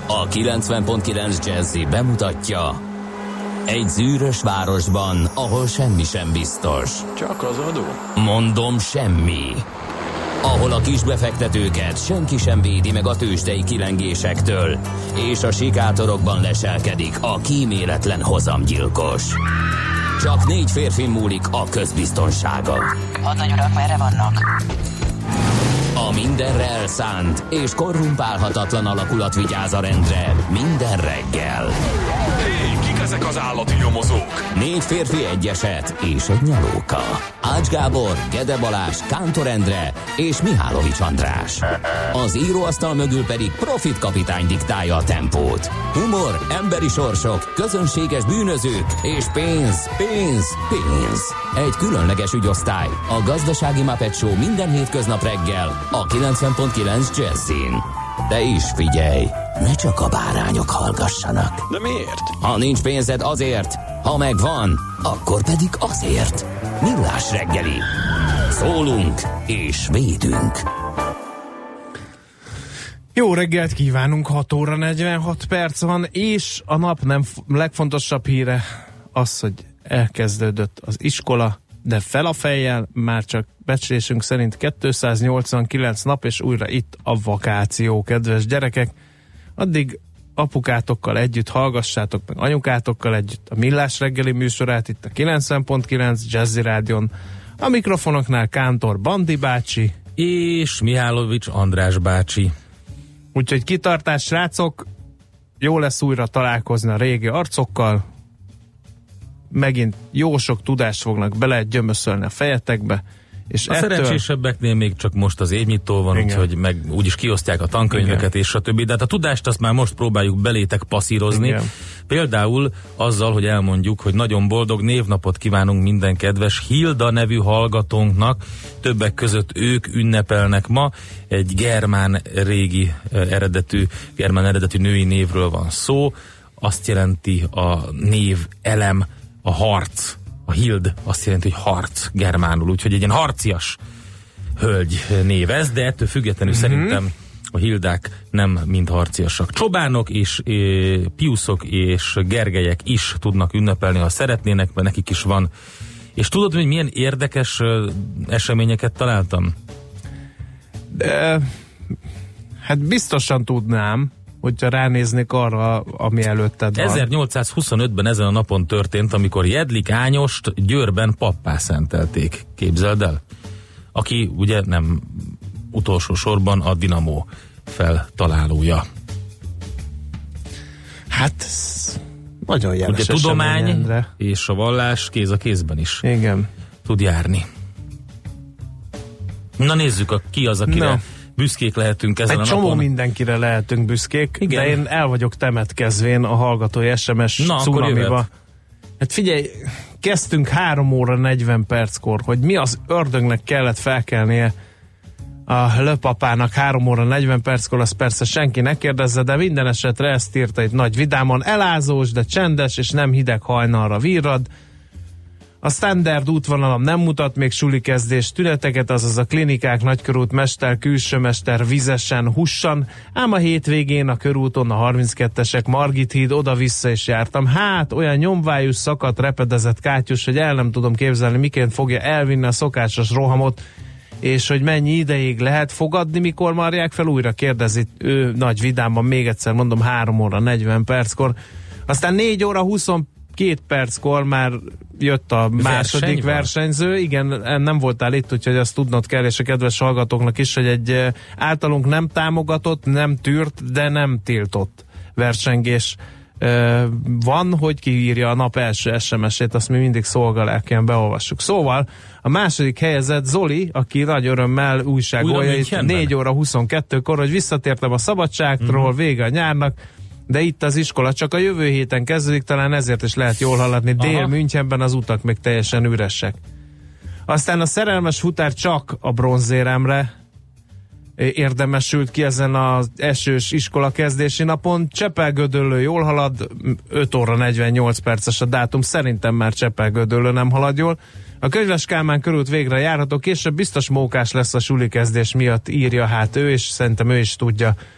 A 90.9 Jazzy bemutatja: egy zűrös városban, ahol semmi sem biztos. Csak az adó? Mondom, semmi. Ahol a kisbefektetőket senki sem védi meg a tőzsdei kilengésektől, és a sikátorokban leselkedik a kíméletlen hozamgyilkos. Csak 4 férfi múlik a közbiztonsága. Hadnagy urak, merre vannak? A mindenre elszánt és korrumpálhatatlan alakulat vigyáz a rendre minden reggel. Hé, kik ezek az állati nyomozók? 4 férfi, egy eset és egy nyalóka. Ács Gábor, Gede Balázs, Kántor Endre és Mihálovics András. Az íróasztal mögül pedig Profit kapitány diktálja a tempót. Humor, emberi sorsok, közönséges bűnözők és pénz, pénz, pénz. Egy különleges ügyosztály, a Gazdasági Muppet Show minden hétköznap reggel a 90.9 Jazzin. De is figyelj, ne csak a bárányok hallgassanak. De miért? Ha nincs pénzed, azért, ha megvan, akkor pedig azért. Millás reggeli. Szólunk és védünk. Jó reggelt kívánunk, 6 óra 46 perc van, és a nap legfontosabb híre az, hogy elkezdődött az iskola, de fel a fejjel, már csak becslésünk szerint 289 nap, és újra itt a vakáció, kedves gyerekek. Addig apukátokkal együtt hallgassátok, meg anyukátokkal együtt a Millás reggeli műsorát itt a 90.9 Jazzy Rádion. A mikrofonoknál Kántor Bandi bácsi és Mihálovics András bácsi. Úgyhogy kitartás, srácok, jó lesz újra találkozni a régi arcokkal, megint jó sok tudást fognak bele gyömöszölni a fejetekbe, és a szerencsésebbeknél még csak most az évnyitó van, úgyhogy meg úgyis kiosztják a tankönyveket, és stb. De hát a tudást azt már most próbáljuk belétek passzírozni. Igen. Például azzal, hogy elmondjuk, hogy nagyon boldog névnapot kívánunk minden kedves Hilda nevű hallgatónknak. Többek között ők ünnepelnek ma. Egy germán eredetű női névről van szó. Azt jelenti a név elem, a harc. A Hild azt jelenti, hogy harc germánul, úgyhogy egy ilyen harcias hölgy név ez, de ettől függetlenül szerintem a Hildák nem mind harciasak. Csobánok és Piuszok és Gergelyek is tudnak ünnepelni, ha szeretnének, mert nekik is van. És tudod, hogy milyen érdekes eseményeket találtam? Hát biztosan tudnám, hogyha ránéznék arra, ami előtted van. 1825-ben ezen a napon történt, amikor Jedlik Ányost Győrben pappá szentelték. Képzeld el? Aki ugye nem utolsó sorban a Dinamo feltalálója. Hát nagyon jeles. Ugye tudomány és a vallás kéz a kézben is. Igen. Tud járni. Na nézzük, ki az, akire büszkék lehetünk ezen a napon. Egy csomó mindenkire lehetünk büszkék, igen. De én el vagyok temetkezvén a hallgatói SMS cunamiba. Hát figyelj, kezdtünk 3 óra 40 perckor, hogy mi az ördögnek kellett felkelnie a löpapának 3 óra 40 perckor, azt persze senki ne kérdezze, de minden esetre ezt írta itt nagy vidámon: elázós, de csendes, és nem hideg hajnalra virrad. A standard útvonalam nem mutat még suli-kezdés tüneteket, azaz a klinikák, Nagykörút, Mester, Külsőmester, Vizesen, Hussan, ám a hétvégén a körúton a 32-esek, Margit híd, oda-vissza is jártam. Hát olyan nyomvájú, szakadt, repedezett kátyus, hogy el nem tudom képzelni, miként fogja elvinni a szokásos rohamot, és hogy mennyi ideig lehet fogadni, mikor marják fel, újra kérdezi ő nagy vidámban, még egyszer mondom, 3 óra 40 perckor. Aztán 4 óra 22 perckor már jött a második versenyző. Igen, nem voltál itt, úgyhogy azt tudnod kell, és a kedves hallgatóknak is, hogy egy általunk nem támogatott, nem tűrt, de nem tiltott versengés van, hogy kiírja a nap első SMS-ét, azt mi mindig szolgalelkén beolvassuk. Szóval a második helyezett Zoli, aki nagy örömmel újságolja itt 4 óra 22-kor, hogy visszatértem a szabadságtól, vége a nyárnak, de itt az iskola csak a jövő héten kezdődik, talán ezért is lehet jól hallatni. Dél-Münchenben az utak még teljesen üresek. Aztán a szerelmes futár csak a bronzéremre érdemesült ki ezen az esős iskola kezdési napon. Csepel-Gödöllő jól halad, 5 óra 48 perces a dátum, szerintem már Csepel-Gödöllő nem halad jól. A Könyves Kálmán körút végre járható, később biztos mókás lesz a suli kezdés miatt, írja hát ő, és szerintem ő is tudja,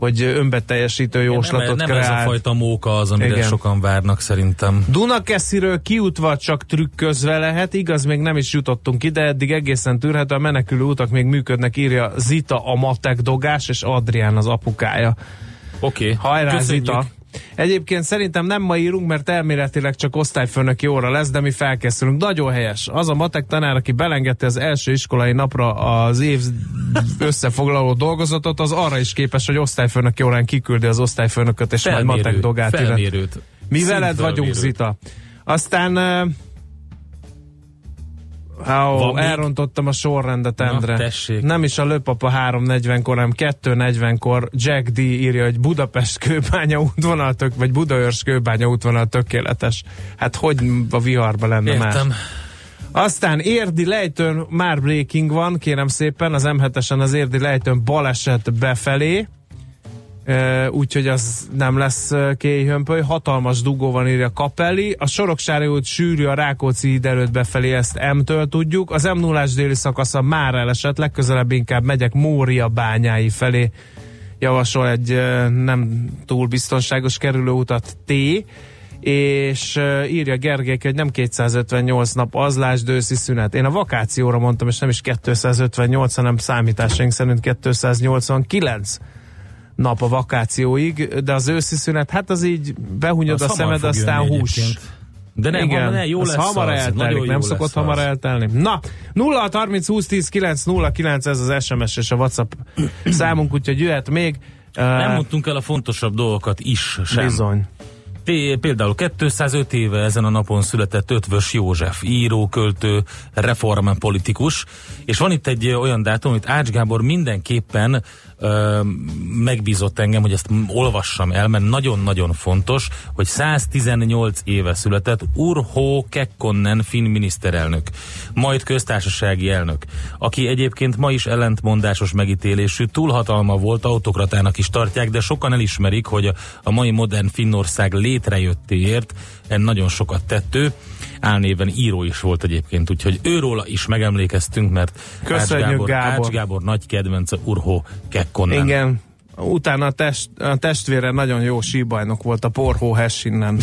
hogy önbeteljesítő jóslatot nem kreált. Ez a fajta móka az, amire igen. sokan várnak szerintem. Dunakesziről kijutva csak trükközve lehet, igaz, még nem is jutottunk ide, eddig egészen tűrhető, a menekülő utak még működnek, írja Zita a matek dogás, és Adrián az apukája. Oké, hajrá Zita! Egyébként szerintem nem ma írunk, mert elméletileg csak osztályfőnöki óra lesz, de mi felkészülünk. Nagyon helyes. Az a matek tanár, aki belengedte az első iskolai napra az év összefoglaló dolgozatot, az arra is képes, hogy osztályfőnöki órán kiküldi az osztályfőnököt, és majd matek dogát ír. Mi veled vagyunk, Zita. Aztán elrontottam a sorrendet, Endre. Nem is a Lőpapa 3:40-kor, hanem 2:40-kor. Jack D. írja, hogy Budapest Kőbánya útvonal vagy Budaörs Kőbánya útvonal tökéletes. Hát hogy a viharba lenne értem. Más? Aztán Érdi lejtőn már breaking van, kérem szépen, az M7-esen az Érdi lejtőn baleset befelé. Úgyhogy az nem lesz kéjhömpöly, hatalmas dugó van, írja Kapelli, a Soroksári út sűrű a Rákóczi híd előtt befelé, ezt M-től tudjuk, az M0-ás déli szakasza már elesett, legközelebb inkább megyek Mória bányái felé, javasol egy nem túl biztonságos kerülőutat T, és írja Gergelyke, hogy nem 258 nap, az lásd őszi szünet. Én a vakációra mondtam, és nem is 258, hanem számításaink szerint 289 nap a vakációig, de az őszi szünet, hát az így behunyod a szemed, aztán hús. Egyébként. De nem, igen, jó lesz hamar az, eltelik, nem szokott lesz hamar eltelni. Na, 0630 20 10 909, ez az SMS és a WhatsApp számunk, úgyhogy jöhet még. Nem mondtunk el a fontosabb dolgokat is sem. Bizony. Például 205 éve ezen a napon született Ötvös József, író, költő, reformpolitikus, és van itt egy olyan dátum, amit Ács Gábor mindenképpen megbízott engem, hogy ezt olvassam el, mert nagyon-nagyon fontos, hogy 118 éve született Urho Kekkonen finn miniszterelnök, majd köztársasági elnök, aki egyébként ma is ellentmondásos megítélésű, túlhatalma volt, autokratának is tartják, de sokan elismerik, hogy a mai modern Finnország létrejöttéért nagyon sokat tett ő. Álnéven író is volt egyébként, úgyhogy őróla is megemlékeztünk, mert Ács Gábor nagy kedvence Urho Kekkonen. Igen, utána a testvére nagyon jó síbajnok volt, a Porhó Hessinen.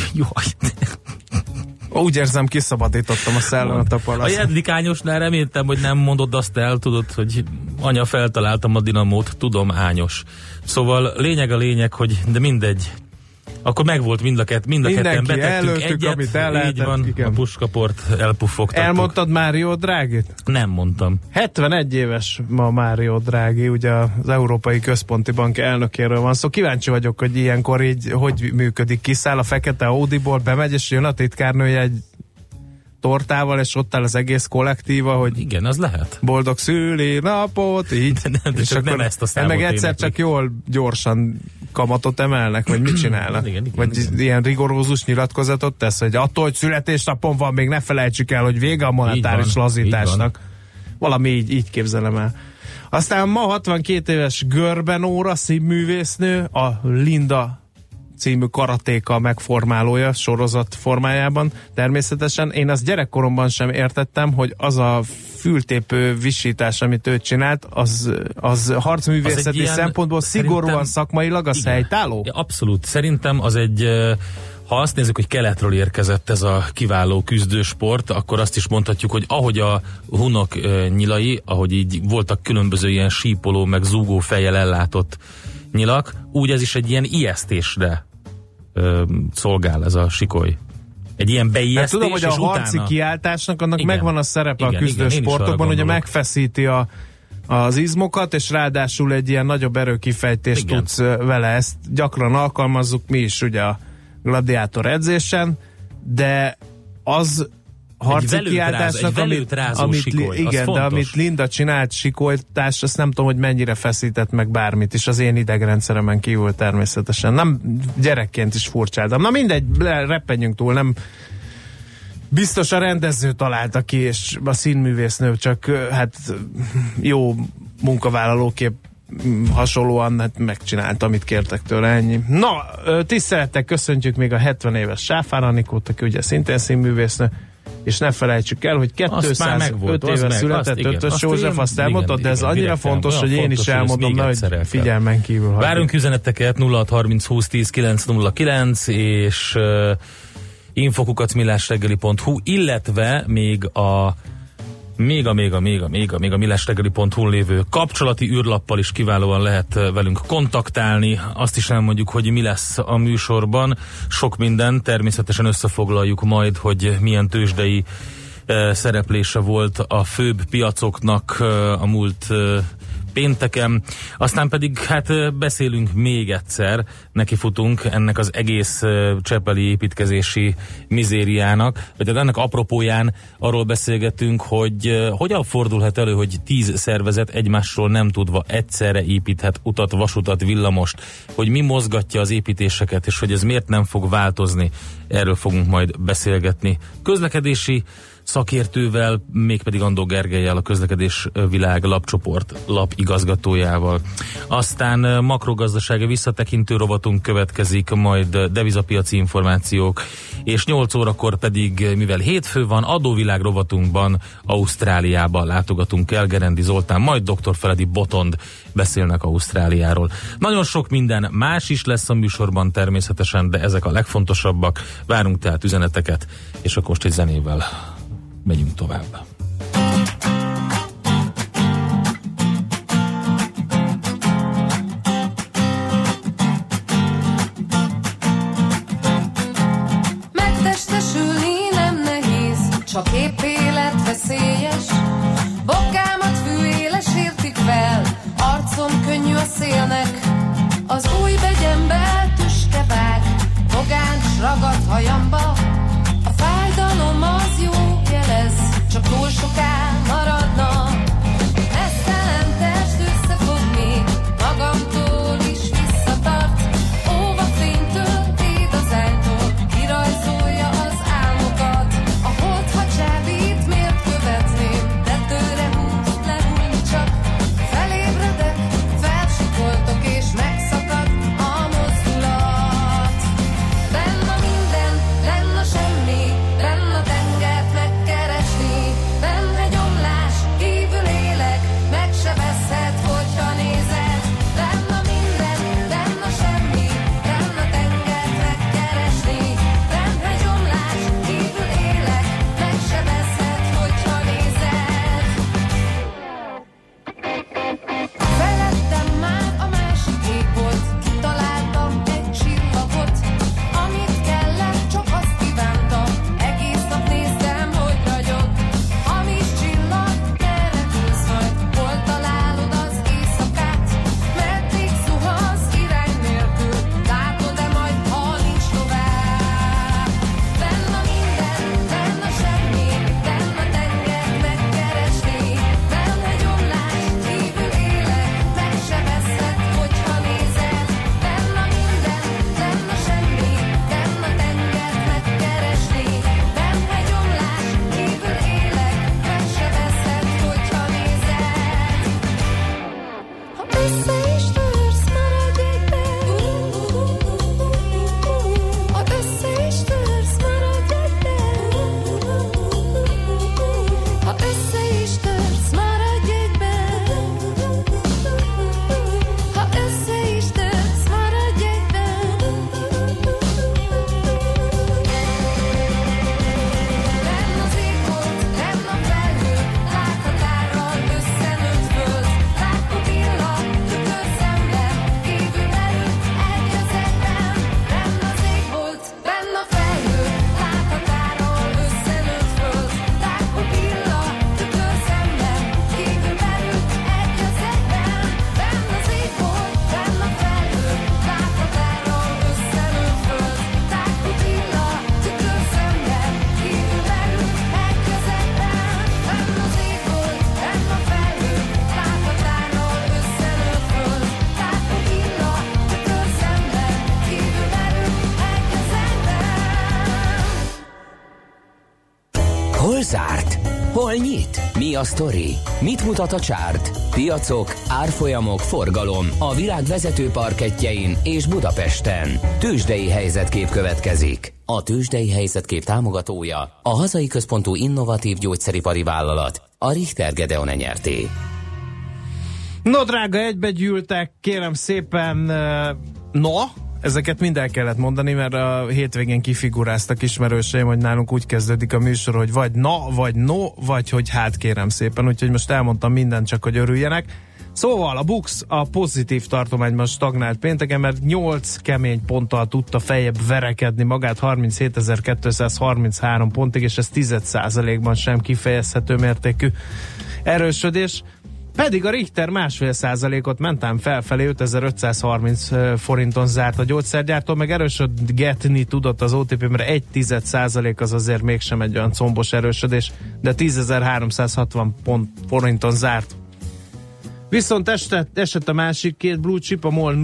Úgy érzem, kiszabadítottam a szellemet a palaszt. A Jedlikányosnál reméltem, hogy nem mondod azt el, tudod, hogy anya, feltaláltam a dinamót, tudom, Ányos. Szóval lényeg a lényeg, hogy de mindegy. Akkor megvolt mind a ketten betettünk egyet, amit így van, igen. A puskaport elpuffogtattuk. Elmondtad Mário Drágit? Nem mondtam. 71 éves ma Mário Drági, ugye az Európai Központi Bank elnökéről van szó. Kíváncsi vagyok, hogy ilyenkor így hogy működik. Kiszáll a fekete Audiból, bemegy, és jön a titkárnője egy tortával, és ott áll az egész kollektíva, hogy igen, az lehet. Boldog szülinapot, így. De csak nem ezt a számot meg egyszer csak jól, gyorsan kamatot emelnek, vagy mit csinálnak? Igen, vagy ilyen rigorózus nyilatkozatot tesz, hogy attól, hogy születésnapon van, még ne felejtsük el, hogy vége a monetáris lazításnak. Valami így képzelem el. Aztán ma 62 éves Görben Óra színművésznő, a Linda című karatéka megformálója sorozat formájában. Természetesen én azt gyerekkoromban sem értettem, hogy az a fültépő visítás, amit ő csinált, az harcművészeti szempontból szigorúan szakmailag az helytálló? Ja, abszolút. Szerintem az egy, ha azt nézzük, hogy keletről érkezett ez a kiváló küzdősport, akkor azt is mondhatjuk, hogy ahogy a hunok nyilai, ahogy így voltak különböző ilyen sípoló, meg zúgó fejjel ellátott nyilak, úgy ez is egy ilyen ijesztésre szolgál ez a sikoly. Egy ilyen beijesztés, hát tudom, hogy a harci utána kiáltásnak annak megvan a szerepe a küzdősportokban, hogy megfeszíti az izmokat, és ráadásul egy ilyen nagyobb erőkifejtést tudsz vele. Ezt gyakran alkalmazzuk mi is ugye a gladiátor edzésen, de az harci kiáltásnak, amit Linda csinált sikoltás, azt nem tudom, hogy mennyire feszített meg bármit is, az én idegrendszeremen kívül természetesen. Nem, gyerekként is furcsáltam. Na mindegy, reppenjünk túl, nem biztos a rendező találta ki, és a színművésznő csak hát jó munkavállalóképp hasonlóan hát megcsinálta, amit kértek tőle, ennyi. Na, tisztelettel köszöntjük még a 70 éves Sáfár Anikót, aki ugye szintén színművésznő, és ne felejtsük el, hogy 205 éve született Ötös József, azt elmondtad, de ez annyira fontos, hogy én is elmondom, hogy figyelmen kívül hagyjuk. Várunk üzeneteket 0630 20 10 909 és info@millásreggeli.hu, illetve még a millásreggeli.hu lévő kapcsolati űrlappal is kiválóan lehet velünk kontaktálni. Azt is elmondjuk, hogy mi lesz a műsorban. Sok minden, természetesen összefoglaljuk majd, hogy milyen tőzsdei szereplése volt a főbb piacoknak a múlt pénteken. Aztán pedig hát beszélünk még egyszer, nekifutunk ennek az egész csepeli építkezési mizériának, vagy ennek apropóján arról beszélgetünk, hogy hogyan fordulhat elő, hogy 10 szervezet egymásról nem tudva egyszerre építhet utat, vasutat, villamost, hogy mi mozgatja az építéseket, és hogy ez miért nem fog változni. Erről fogunk majd beszélgetni közlekedési szakértővel, mégpedig Andó Gergellyel, a Közlekedés Világ lapcsoport lapigazgatójával. Aztán makrogazdasági visszatekintő rovatunk következik, majd devizapiaci információk, és 8 órakor pedig, mivel hétfő van, adóvilág rovatunkban Ausztráliába látogatunk el. Gerendi Zoltán, majd dr. Feledi Botond beszélnek Ausztráliáról. Nagyon sok minden más is lesz a műsorban természetesen, de ezek a legfontosabbak. Várunk tehát üzeneteket, és akkor most egy zenével megyünk tovább. Megtestesülni nem nehéz, csak épp életveszélyes. Bokámat fűéles értik fel, arcom könnyű a szélnek. Az új begyembe tüske vág, fogány s ragad hajamba. A fájdalom az jó jelez, csak túl soká maradna. Esztelen test összefogni, magamtól is visszatart. Óva fénytől, édazánytól, kirajzolja az álmokat. A hold, ha csábít, miért követném? Tetőre húz, lehullni csak. Felébredek, felsikoltok és megszakad a Hol nyit? Mi a sztori? Mit mutat a csárt? Piacok, árfolyamok, forgalom a világ vezető parkettjein és Budapesten. Tőzsdei helyzetkép következik. A Tőzsdei helyzetkép támogatója a hazai központú innovatív gyógyszeripari vállalat, a Richter Gedeon Nyrt. No, drága, egybegyűltek, kérem szépen, ezeket mind el kellett mondani, mert a hétvégén kifiguráztak ismerőseim, hogy nálunk úgy kezdődik a műsor, hogy vagy na, vagy no, vagy hogy hát kérem szépen, úgyhogy most elmondtam mindent, csak hogy örüljenek. Szóval a BUX a pozitív tartományban stagnált pénteken, mert 8 kemény ponttal tudta feljebb verekedni magát 37.233 pontig, és ez 10%-ban sem kifejezhető mértékű erősödés. Pedig a Richter 1,5%-ot mentem felfelé, 5530 forinton zárt a gyógyszergyártó, meg erősödgetni tudott az OTP, mert 1,1% az azért mégsem egy olyan combos erősödés, de 10.360 forinton zárt. Viszont esett a másik két blue chip, a MOL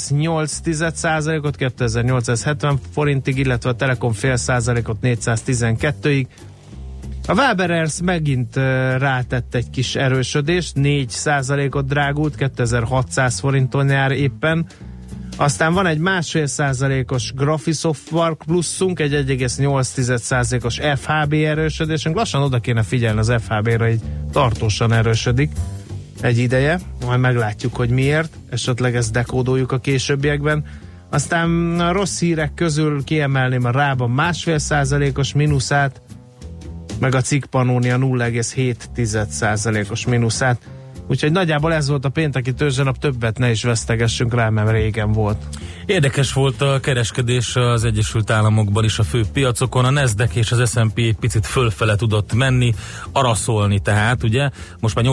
0,8%-ot 2870 forintig, illetve a Telekom fél százalékot 412-ig. A Waberers megint rátett egy kis erősödést, 4%-ot drágult, 2600 forinton jár éppen. Aztán van egy 1,5%-os Graphisoft pluszunk, egy 1,8%-os FHB erősödésünk. Lassan oda kéne figyelni az FHB-ra, így tartósan erősödik egy ideje, majd meglátjuk, hogy miért, esetleg ezt dekódoljuk a későbbiekben. Aztán a rossz hírek közül kiemelném a Rába 1,5%-os mínuszát, meg a Cikk Pannónia 0,7%-os mínuszát. Úgyhogy nagyjából ez volt a pénteki tőzsdenap, többet ne is vesztegessünk rá, mert régen volt. Érdekes volt a kereskedés az Egyesült Államokban is a fő piacokon. A Nasdaq és az S&P egy picit fölfele tudott menni, araszolni tehát, ugye? Most már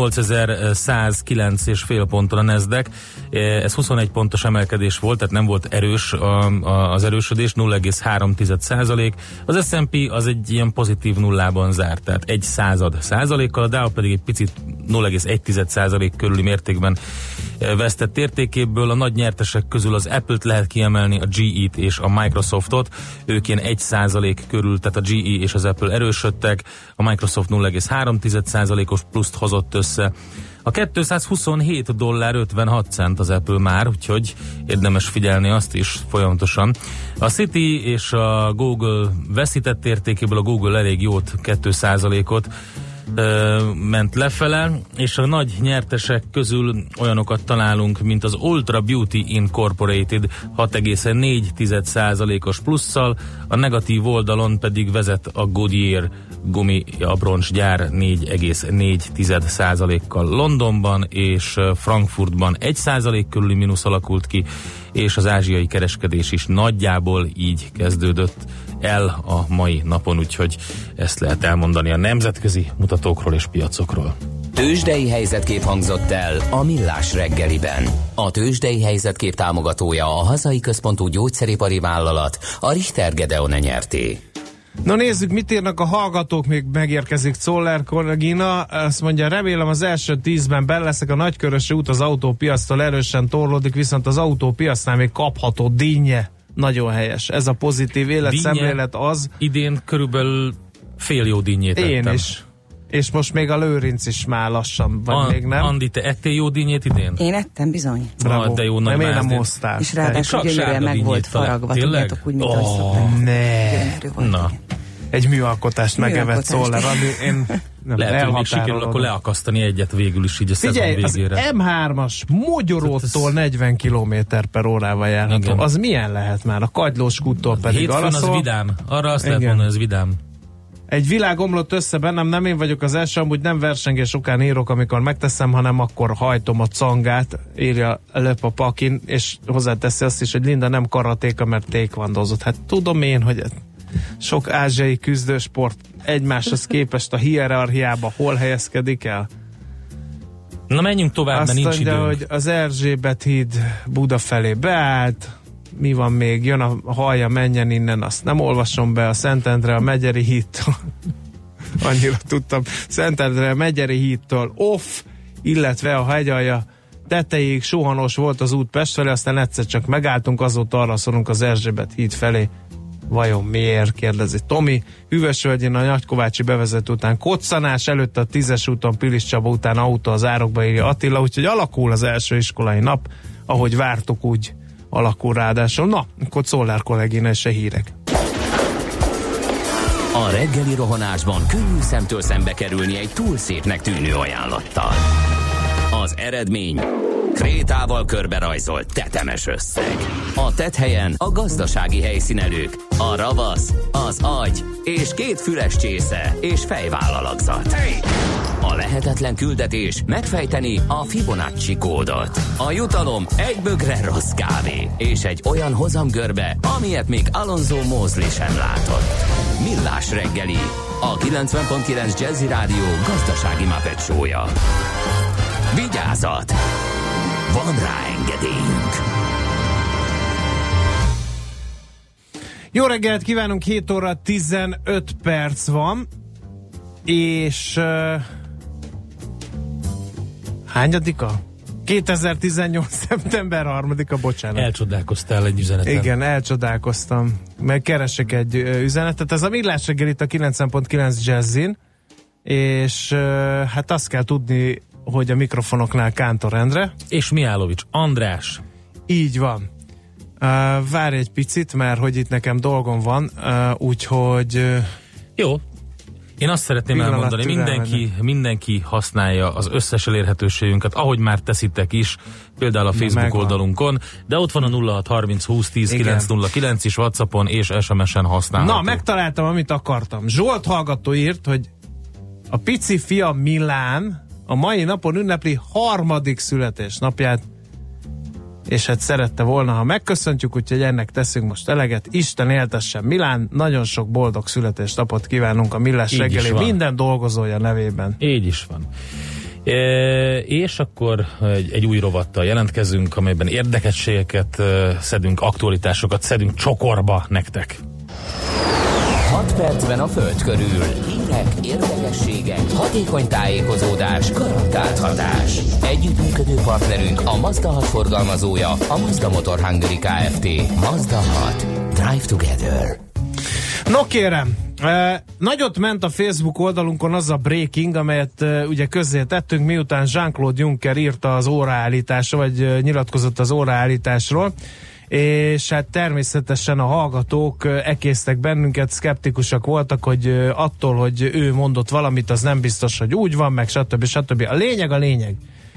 8109,5 ponton a Nasdaq. Ez 21 pontos emelkedés volt, tehát nem volt erős az erősödés, 0,3%. Az S&P az egy ilyen pozitív nullában zárt, tehát 0,1%-kal, a Dow pedig egy picit 0,1% körüli mértékben vesztett értékéből. A nagy nyertesek közül az Apple-t lehet kiemelni, a GE-t és a Microsoftot. Ők ilyen 1% körül, tehát a GE és az Apple erősödtek, a Microsoft 0,3%-os pluszt hozott össze. A $227.56 az Apple már, úgyhogy érdemes figyelni azt is folyamatosan. A Citi és a Google veszített értékéből, a Google elég jót, 2%-ot ment lefele, és a nagy nyertesek közül olyanokat találunk, mint az Ultra Beauty Incorporated 6,4%-os plusszal, a negatív oldalon pedig vezet a Goodyear gumiabroncsgyár 4,4%-kal. Londonban és Frankfurtban 1% körüli mínusz alakult ki, és az ázsiai kereskedés is nagyjából így kezdődött el a mai napon, úgyhogy ezt lehet elmondani a nemzetközi mutatókról és piacokról. Tőzsdei helyzetkép hangzott el a Millás reggeliben. A Tőzsdei helyzetkép támogatója a hazai központú gyógyszeripari vállalat, a Richter Gedeon Nyrt. Na nézzük, mit írnak a hallgatók, még megérkezik Czoller Korregina. Azt mondja, remélem az első 10-ben benne leszek, a Nagykörösi út az autópiactól erősen torlódik, viszont az autópiacnál még kapható dinnye. Nagyon helyes. Ez a pozitív életszemlélet az. Idén körülbelül fél jó dinnyét ettem. Én is. És most még a Lőrinc is már lassan, vagy még nem. Andi, te ettél jó dinnyét idén? Én ettem, bizony. Bravo. De jó, nagy nem hoztál. És ráadásul gyönyörűen meg volt faragva. Tudjátok, úgy, mint ahogy szokták. Na. Egy műalkotást megevett Czoller. Én lehet, hogy még sikerül akkor leakasztani egyet végül is így a szezon végére. Az M3-as Mogyoróttól 40 km/h-val járható. Igen. Az milyen lehet már? A Kagylós kúttól pedig hétfőn az vidám. Arra azt lehet mondani, ez vidám. Egy világ omlott össze bennem, nem én vagyok az első, amúgy nem versengés okán írok, amikor megteszem, hanem akkor hajtom a cangát, írja Löp a Pakin, és hozzáteszi azt is, hogy Linda nem karatéka, mert tékvandozott. Hát tudom én, hogy sok ázsiai küzdősport egymáshoz képest a hierarchiába hol helyezkedik el? Na menjünk tovább, mert nincs időnk. Azt mondja, hogy az Erzsébet híd Buda felé beállt, mi van még? Jön a hallja, menjen innen, azt nem olvasom be. A Szentendre a Megyeri hídtól annyira tudtam, Szentendre a Megyeri hídtól off, illetve a hegyalja tetejéig suhanós volt az út Pest felé, aztán egyszer csak megálltunk, azóta arra szorunk az Erzsébet híd felé. Vajon miért, kérdezi Tomi. Hűvösvölgyén a Nagykovácsi bevezető után koccanás, előtt a 10-es úton Pilis Csaba után autó az árokba, írja Attila, úgyhogy alakul az első iskolai nap, ahogy vártuk, úgy alakul ráadásul. Na, akkor Czollár kollégina és a hírek. A reggeli rohanásban könnyű szemtől szembe kerülni egy túl szépnek tűnő ajánlattal. Az eredmény... krétával körberajzolt tetemes összeg. A tetthelyen a gazdasági helyszínelők, a ravasz, az agy és 2 füles csésze és fejvállalakzat. A lehetetlen küldetés megfejteni a Fibonacci kódot. A jutalom egy bögre rossz kávé és egy olyan hozamgörbe, amilyet még Alonso Mosley sem látott. Millás reggeli, a 90.9 Jazzy Rádió gazdasági Muppet show-ja. Vigyázat! Van rá engedélyünk. Jó reggelt kívánunk, 7 óra 15 perc van, és hányadika? 2018. szeptember 3-a, bocsánat. Elcsodálkoztál egy üzenetet. Igen, elcsodálkoztam. Meg keresek egy üzenetet. Ez a Millás reggel itt a 90.9 Jazzin, és hát azt kell tudni, hogy a mikrofonoknál Kántor Endre. És Mihálovics András. Így van. Várj egy picit, mert hogy itt nekem dolgom van, úgyhogy... Jó. Én azt szeretném elmondani, mindenki használja az összes elérhetőségünket, ahogy már teszitek is, például a Facebook oldalunkon, de ott van a 0630 20 10 909 is, WhatsAppon és SMS-en használható. Na, megtaláltam, amit akartam. Zsolt hallgató írt, hogy a pici fia Milán a mai napon ünnepli 3. születésnapját, és hát szerette volna, ha megköszöntjük, úgyhogy ennek teszünk most eleget. Isten éltessen Milán, nagyon sok boldog születésnapot kívánunk a Millás reggeli minden dolgozója nevében. Így is van. És akkor egy új rovattal jelentkezünk, amelyben érdekességeket szedünk, aktualitásokat szedünk csokorba nektek. 6 percben a Föld körül. Hírek, érdekességek, hatékony tájékozódás, garantált hatás. Együttműködő partnerünk a Mazda 6 forgalmazója, a Mazda Motor Hungary Kft. Mazda 6. Drive together. No kérem, nagyot ment a Facebook oldalunkon az a breaking, amelyet ugye közzé tettünk, miután Jean-Claude Juncker írta az óraállításról, vagy nyilatkozott az óraállításról, és hát természetesen a hallgatók ekésztek bennünket, szkeptikusak voltak, hogy attól, hogy ő mondott valamit, az nem biztos, hogy úgy van, meg stb. A lényeg.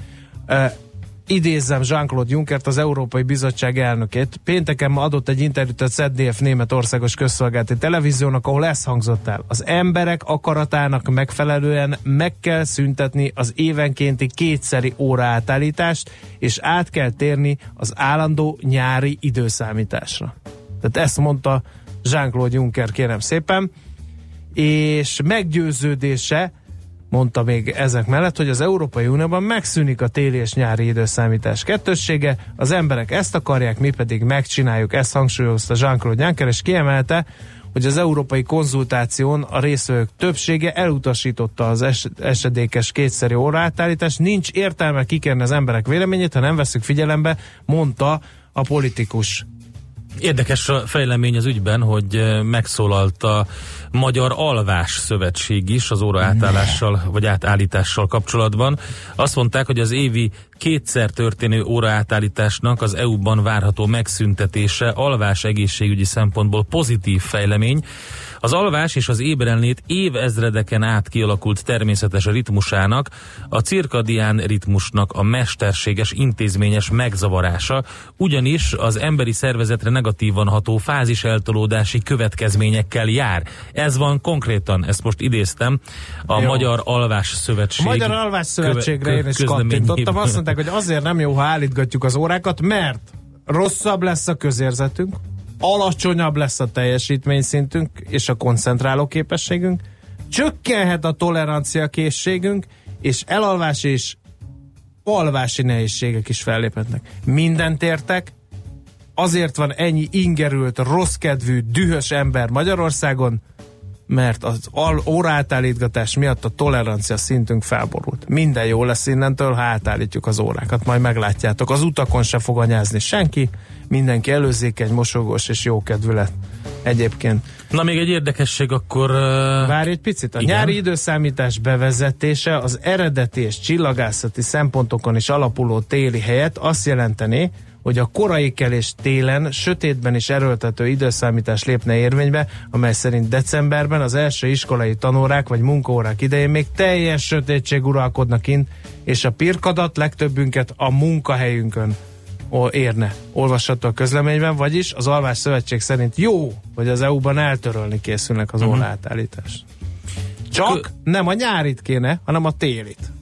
Idézzem Jean-Claude Junckert, az Európai Bizottság elnökét. Pénteken ma adott egy interjút a ZDF Németországos közszolgálati televíziónak, ahol ez hangzott el. Az emberek akaratának megfelelően meg kell szüntetni az évenkénti 2-szeri óraátállítást, és át kell térni az állandó nyári időszámításra. Tehát ezt mondta Jean-Claude Juncker, kérem szépen, és meggyőződése, mondta még ezek mellett, hogy az Európai Unióban megszűnik a téli és nyári időszámítás kettőssége, az emberek ezt akarják, mi pedig megcsináljuk, ezt hangsúlyozta Jean-Claude Juncker, és kiemelte, hogy az európai konzultáción a résztvevők többsége elutasította az esedékes 2-szeri óraátállítást, nincs értelme kikérni az emberek véleményét, ha nem veszük figyelembe, mondta a politikus. Érdekes a fejlemény az ügyben, hogy megszólalt a Magyar Alvás Szövetség is az óra átállással vagy átállítással kapcsolatban. Azt mondták, hogy az évi 2-szer történő óraátállításnak az EU-ban várható megszüntetése alvás egészségügyi szempontból pozitív fejlemény. Az alvás és az ébrenlét évezredeken át kialakult természetes ritmusának, a cirkadián ritmusnak a mesterséges intézményes megzavarása, ugyanis az emberi szervezetre negatívan ható fáziseltolódási következményekkel jár. Ez van konkrétan, ezt most idéztem, a Magyar Alvás Szövetség. A Magyar Alvás Szövetségre én is kattintottam, azt mondták, hogy azért nem jó, ha állítgatjuk az órákat, mert rosszabb lesz a közérzetünk, alacsonyabb lesz a teljesítményszintünk és a koncentráló képességünk, csökkenhet a tolerancia készségünk, és elalvás és alvási nehézségek is felléphetnek. Mindent értek, azért van ennyi ingerült, rosszkedvű, dühös ember Magyarországon, mert az óraátállítgatás miatt a tolerancia szintünk felborult. Minden jó lesz innentől, ha átállítjuk az órákat, majd meglátjátok. Az utakon se fog anyázni senki, mindenki előzékeny, mosolygós és jókedvű lett. Egyébként. Na, még egy érdekesség akkor... Várj egy picit. A nyári időszámítás bevezetése az eredeti és csillagászati szempontokon is alapuló téli helyett azt jelenteni, hogy a korai kelés télen sötétben is erőltető időszámítás lépne érvénybe, amely szerint decemberben az első iskolai tanórák vagy munkaórák idején még teljes sötétség uralkodna kint, és a pirkadat legtöbbünket a munkahelyünkön érne. Olvasható a közleményben, vagyis az Alvás Szövetség szerint jó, hogy az EU-ban eltörölni készülnek az óraátállítást. Csak nem a nyárit kéne, hanem a télit.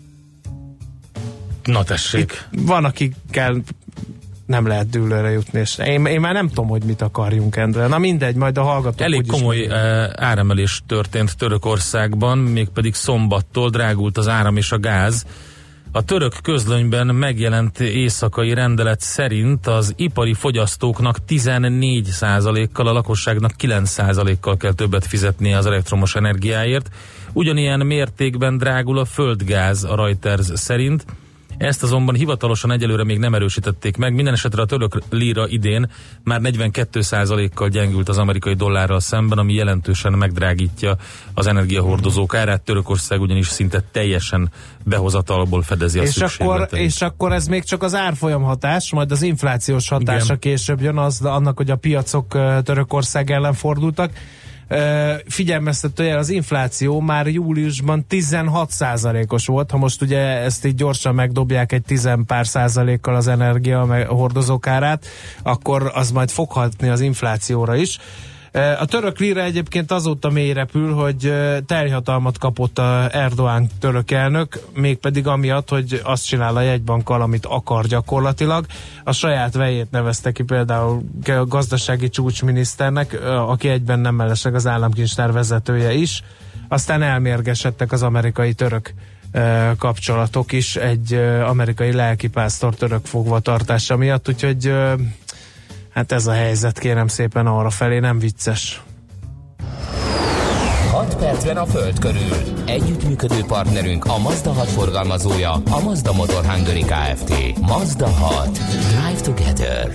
Na tessék. Van, akikkel nem lehet dűlőre jutni, és én már nem tudom, hogy mit akarjunk, Endre. Na mindegy, majd a hallgatók. Elég komoly áremelés történt Törökországban, mégpedig szombattól drágult az áram és a gáz. A török közlönyben megjelent éjszakai rendelet szerint az ipari fogyasztóknak 14%-kal, a lakosságnak 9%-kal kell többet fizetnie az elektromos energiáért. Ugyanilyen mértékben drágul a földgáz a Reuters szerint. Ezt azonban hivatalosan egyelőre még nem erősítették meg. Minden esetre a török líra idén már 42%-kal gyengült az amerikai dollárral szemben, ami jelentősen megdrágítja az energiahordozók árát. Törökország ugyanis szinte teljesen behozatalból fedezi a szükségleteit. És akkor ez még csak az árfolyam hatás, majd az inflációs hatása később jön annak, hogy a piacok Törökország ellen fordultak. Figyelmeztetőjel, az infláció már júliusban 16%-os volt, ha most ugye ezt így gyorsan megdobják egy 10 pár százalékkal az energia hordozók árát, akkor az majd fog hatni az inflációra is. A török lira egyébként azóta mély repül, hogy teljhatalmat kapott a Erdoğan török elnök, mégpedig amiatt, hogy azt csinál a jegybankkal, amit akar gyakorlatilag. A saját vejét nevezte ki például a gazdasági csúcsminiszternek, aki egyben nem mellesleg az államkincstár vezetője is. Aztán elmérgesedtek az amerikai-török kapcsolatok is egy amerikai lelkipásztor török fogvatartása miatt, úgyhogy hát ez a helyzet, kérem szépen, arra felé nem vicces. 6 percben a Föld körül. Együttműködő partnerünk a Mazda 6 forgalmazója, a Mazda Motor Hungary Kft. Mazda 6. Drive together.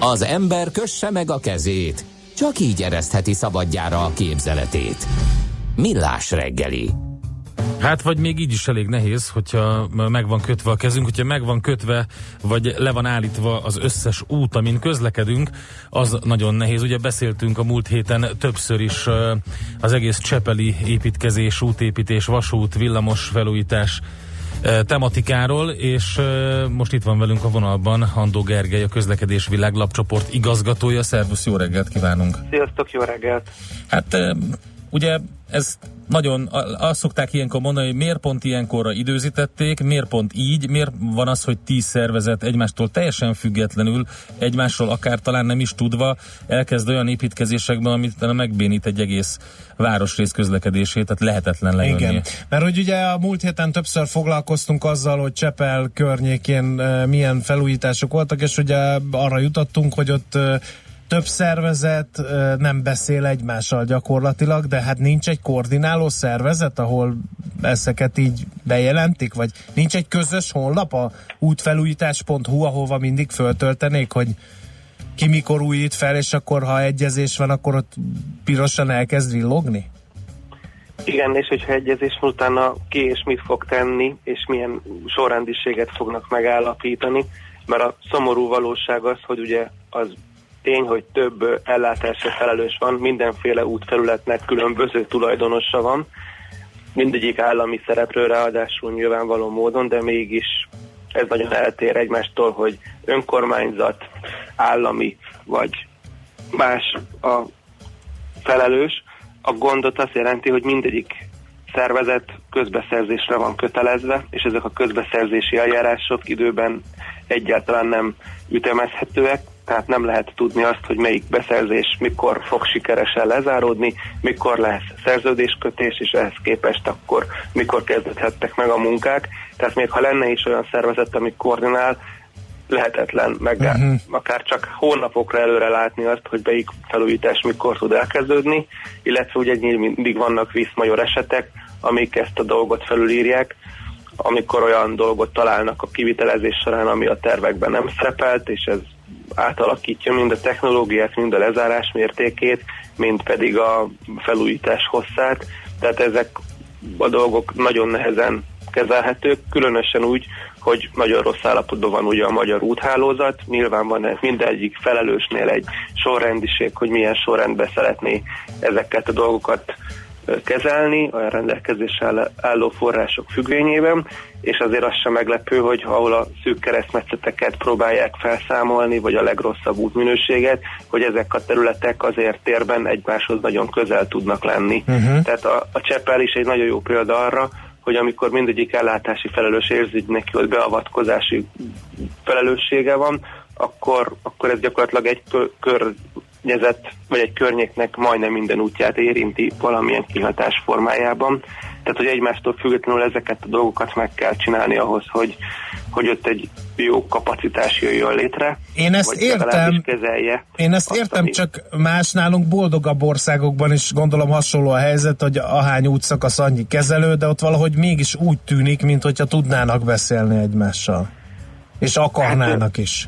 Az ember kösse meg a kezét, csak így eresztheti szabadjára a képzeletét. Millás reggeli. Hát vagy még így is elég nehéz, hogyha meg van kötve a kezünk, hogyha meg van kötve, vagy le van állítva az összes út, amin közlekedünk, az nagyon nehéz. Ugye beszéltünk a múlt héten többször is az egész csepeli építkezés, útépítés, vasút, villamos felújítás tematikáról, és most itt van velünk a vonalban Handó Gergely, a Közlekedés Világlapcsoport igazgatója. Szervusz, jó reggelt kívánunk! Sziasztok, jó reggelt! Hát ugye ez nagyon, azt szokták ilyenkor mondani, hogy miért pont ilyenkorra időzítették, miért pont így, miért van az, hogy 10 szervezet egymástól teljesen függetlenül, egymásról akár talán nem is tudva elkezd olyan építkezésekben, amit megbénít egy egész városrész közlekedését, tehát lehetetlen lejönni. Igen, mert hogy ugye a múlt héten többször foglalkoztunk azzal, hogy Csepel környékén milyen felújítások voltak, és ugye arra jutottunk, hogy ott több szervezet nem beszél egymással gyakorlatilag, de hát nincs egy koordináló szervezet, ahol ezeket így bejelentik, vagy nincs egy közös honlap, a útfelújítás.hu, ahova mindig föltöltenék, hogy ki mikor újít fel, és akkor ha egyezés van, akkor ott pirosan elkezd villogni? Igen, és hogyha egyezés van, utána ki és mit fog tenni, és milyen sorrendiséget fognak megállapítani, mert a szomorú valóság az, hogy ugye az tény, hogy több ellátásra felelős van, mindenféle útfelületnek különböző tulajdonosa van, mindegyik állami szereplő, ráadásul nyilvánvaló módon, de mégis ez nagyon eltér egymástól, hogy önkormányzat, állami vagy más a felelős. A gondot azt jelenti, hogy mindegyik szervezet közbeszerzésre van kötelezve, és ezek a közbeszerzési eljárások időben egyáltalán nem ütemezhetőek, tehát nem lehet tudni azt, hogy melyik beszerzés mikor fog sikeresen lezáródni, mikor lesz szerződéskötés, és ehhez képest akkor mikor kezdődhettek meg a munkák. Tehát még ha lenne is olyan szervezet, ami koordinál, lehetetlen akár csak hónapokra előre látni azt, hogy melyik felújítás mikor tud elkezdődni, illetve ugye mindig vannak vízmajor esetek, amik ezt a dolgot felülírják, amikor olyan dolgot találnak a kivitelezés során, ami a tervekben nem szerepelt, és ez átalakítja mind a technológiát, mind a lezárás mértékét, mind pedig a felújítás hosszát. Tehát ezek a dolgok nagyon nehezen kezelhetők, különösen úgy, hogy nagyon rossz állapotban van ugye a magyar úthálózat. Nyilván van mindegyik felelősnél egy sorrendiség, hogy milyen sorrendben szeretné ezeket a dolgokat kezelni a rendelkezésre álló források függvényében, és azért az sem meglepő, hogy ahol a szűk keresztmetszeteket próbálják felszámolni, vagy a legrosszabb útminőséget, hogy ezek a területek azért térben egymáshoz nagyon közel tudnak lenni. Tehát a Csepel is egy nagyon jó példa arra, hogy amikor mindegyik ellátási felelős érzi, hogy neki ott beavatkozási felelőssége van, akkor ez gyakorlatilag egy környezet, vagy egy környéknek majdnem minden útját érinti valamilyen kihatás formájában. Tehát, hogy egymástól függetlenül ezeket a dolgokat meg kell csinálni ahhoz, hogy ott egy jó kapacitás jöjjön létre. Én ezt értem, csak más nálunk boldogabb országokban is gondolom hasonló a helyzet, hogy ahány útszakasz annyi kezelő, de ott valahogy mégis úgy tűnik, mint hogyha tudnának beszélni egymással. És akarnának is.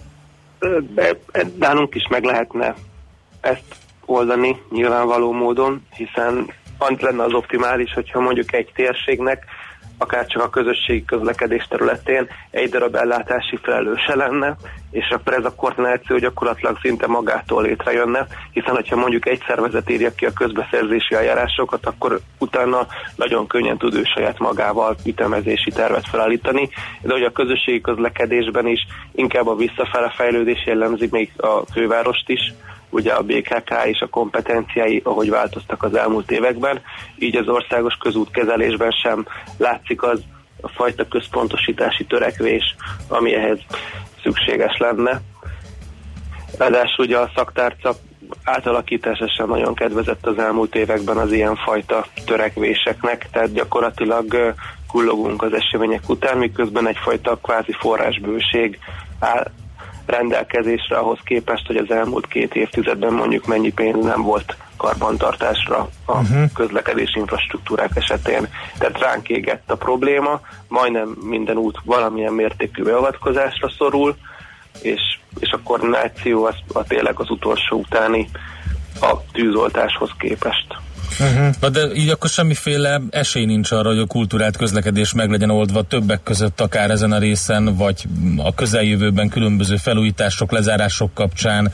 De nálunk is meg lehetne ezt oldani nyilvánvaló módon, hiszen az lenne az optimális, hogyha mondjuk egy térségnek, akár csak a közösségi közlekedés területén egy darab ellátási felelőse lenne, és akkor ez a koordináció gyakorlatilag szinte magától létrejönne, hiszen hogyha mondjuk egy szervezet írja ki a közbeszerzési eljárásokat, akkor utána nagyon könnyen tud ő saját magával ütemezési tervet felállítani, de hogy a közösségi közlekedésben is inkább a visszafele fejlődés jellemzi még a fővárost is, ugye a BKK és a kompetenciái, ahogy változtak az elmúlt években, így az országos közútkezelésben sem látszik az a fajta központosítási törekvés, ami ehhez szükséges lenne. Ráadásul ugye a szaktárca átalakítása sem nagyon kedvezett az elmúlt években az ilyenfajta törekvéseknek, tehát gyakorlatilag kullogunk az események után, miközben egyfajta kvázi forrásbőség áll rendelkezésre ahhoz képest, hogy az elmúlt 2 évtizedben mondjuk mennyi pénz nem volt karbantartásra a közlekedési infrastruktúrák esetén. Tehát ránk égett a probléma, majdnem minden út valamilyen mértékű beavatkozásra szorul, és a koordináció az tényleg az utolsó utáni a tűzoltáshoz képest. Na de így akkor semmiféle esély nincs arra, hogy a kultúrált közlekedés meg legyen oldva többek között akár ezen a részen, vagy a közeljövőben különböző felújítások, lezárások kapcsán.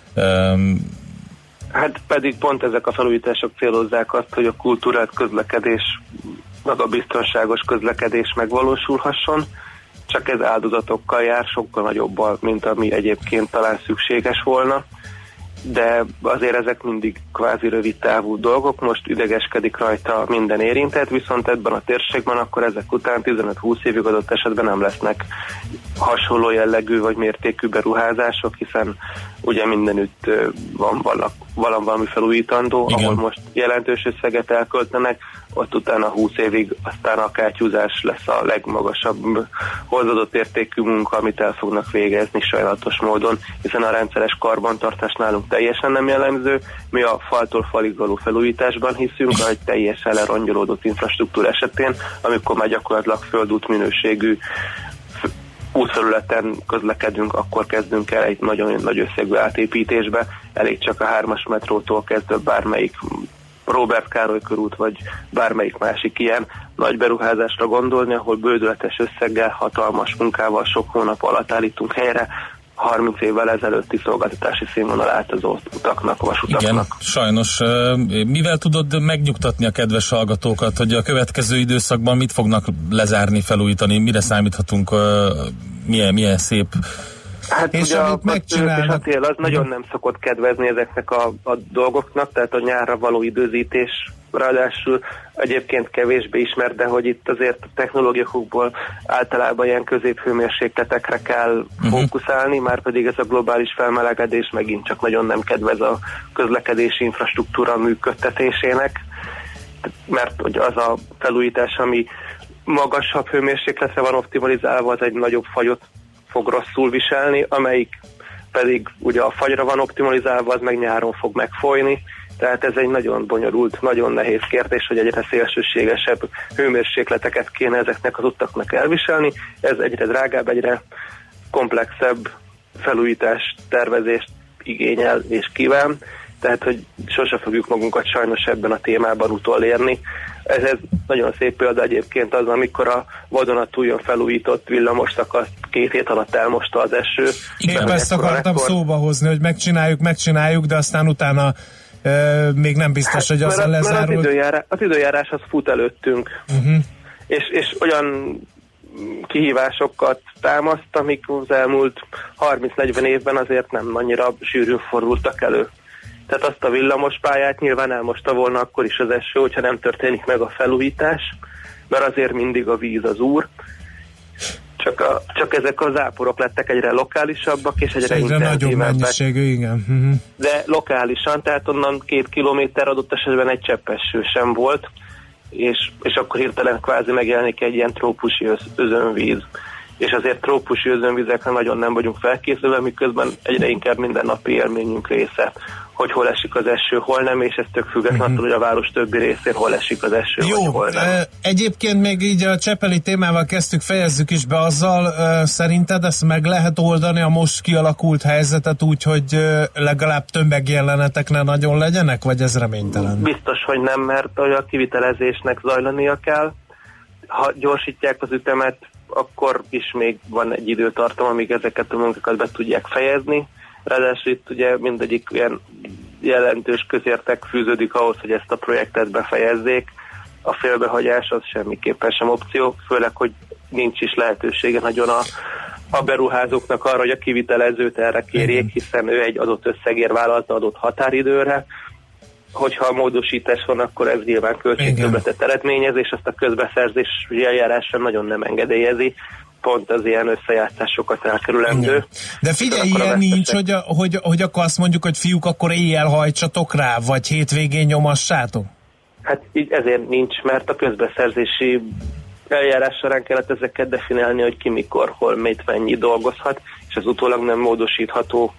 Hát pedig pont ezek a felújítások célozzák azt, hogy a kultúrált közlekedés, meg a biztonságos közlekedés megvalósulhasson, csak ez áldozatokkal jár, sokkal nagyobbal, mint ami egyébként talán szükséges volna, de azért ezek mindig kvázi rövid távú dolgok, most idegeskedik rajta minden érintett, viszont ebben a térségben akkor ezek után 15-20 évig adott esetben nem lesznek hasonló jellegű vagy mértékű beruházások, hiszen ugye mindenütt van valami felújítandó, igen, ahol most jelentős összeget elköltenek, ott utána 20 évig aztán a kátyúzás lesz a legmagasabb hozzáadott értékű munka, amit el fognak végezni sajnálatos módon, hiszen a rendszeres karbantartás nálunk teljesen nem jellemző, mi a faltól falig való felújításban hiszünk, egy teljesen lerongyolódott infrastruktúra esetén, amikor már gyakorlatilag földút minőségű útfelületen közlekedünk, akkor kezdünk el egy nagyon nagy összegű átépítésbe, elég csak a 3-as metrótól kezdve bármelyik Róbert Károly körút, vagy bármelyik másik ilyen nagy beruházásra gondolni, ahol bődületes összeggel, hatalmas munkával sok hónap alatt állítunk helyre 30 évvel ezelőtti szolgáltatási színvonalát az utaknak, vasutaknak. Igen, sajnos. Mivel tudod megnyugtatni a kedves hallgatókat, hogy a következő időszakban mit fognak lezárni, felújítani, mire számíthatunk, milyen szép... Hát és ugye a tél az nagyon nem szokott kedvezni ezeknek a dolgoknak, tehát a nyárra való időzítés ráadásul egyébként kevésbé ismert, de hogy itt azért a technológiákból általában ilyen középhőmérsékletekre kell fókuszálni, már pedig ez a globális felmelegedés megint csak nagyon nem kedvez a közlekedési infrastruktúra működtetésének, mert hogy az a felújítás, ami magasabb hőmérsékletre van optimalizálva, az egy nagyobb fagyot fog rosszul viselni, amelyik pedig ugye a fagyra van optimalizálva, az meg nyáron fog megfolyni, tehát ez egy nagyon bonyolult, nagyon nehéz kérdés, hogy egyre szélsőségesebb hőmérsékleteket kéne ezeknek az utaknak elviselni, ez egyre drágább, egyre komplexebb felújítás, tervezést igényel és kíván, tehát hogy sose fogjuk magunkat sajnos ebben a témában utolérni. Ez nagyon szép példa egyébként az, amikor a vadonatújon felújított villamos szakaszt 2 hét alatt elmosta az eső. Épp ezt akartam szóba hozni, hogy megcsináljuk, de aztán utána még nem biztos, hogy azzal lezárul. Az időjárás az fut előttünk, és olyan kihívásokat támaszt, amik az elmúlt 30-40 évben azért nem annyira sűrűn fordultak elő. Tehát azt a villamospályát nyilván elmosta volna akkor is az eső, hogyha nem történik meg a felújítás, mert azért mindig a víz az úr. Csak ezek a záporok lettek egyre lokálisabbak, és egyre nagyobb mennyiségű, igen. De lokálisan, tehát onnan 2 kilométer adott esetben egy cseppeső sem volt, és akkor hirtelen kvázi megjelenik egy ilyen trópusi özönvíz. És azért trópusi özönvizekre nagyon nem vagyunk felkészülve, miközben egyre inkább mindennapi élményünk része, hogy hol esik az eső, hol nem, és ez tök függetlenül, hogy a város többi részén hol esik az eső, jó, hol nem. Egyébként még így a csepeli témával kezdtük, fejezzük is be azzal, szerinted ezt meg lehet oldani a most kialakult helyzetet úgy, hogy legalább tömegjelenetek ne nagyon legyenek, vagy ez reménytelen? Biztos, hogy nem, mert a kivitelezésnek zajlania kell. Ha gyorsítják az ütemet, akkor is még van egy időtartam, amíg ezeket a munkákat be tudják fejezni. Ráadásul itt ugye mindegyik ilyen jelentős közértek fűződik ahhoz, hogy ezt a projektet befejezzék. A félbehagyás az semmiképpen sem opció, főleg, hogy nincs is lehetősége nagyon a beruházóknak arra, hogy a kivitelezőt erre kérjék, hiszen ő egy adott összegért vállalta adott határidőre. Hogyha a módosítás van, akkor ez nyilván költségtöbbletet eredményez, és azt a közbeszerzési eljárás sem nagyon nem engedélyezi. Pont az ilyen összejátszásokat elkerülendő. De figyelj, ilyen nincs, hogy akkor azt mondjuk, hogy fiúk, akkor éjjel hajtsatok rá, vagy hétvégén nyomassátok? Hát így ezért nincs, mert a közbeszerzési eljárás során kellett ezeket definiálni, hogy ki mikor, hol, mit, mennyi dolgozhat, és ez utólag nem módosítható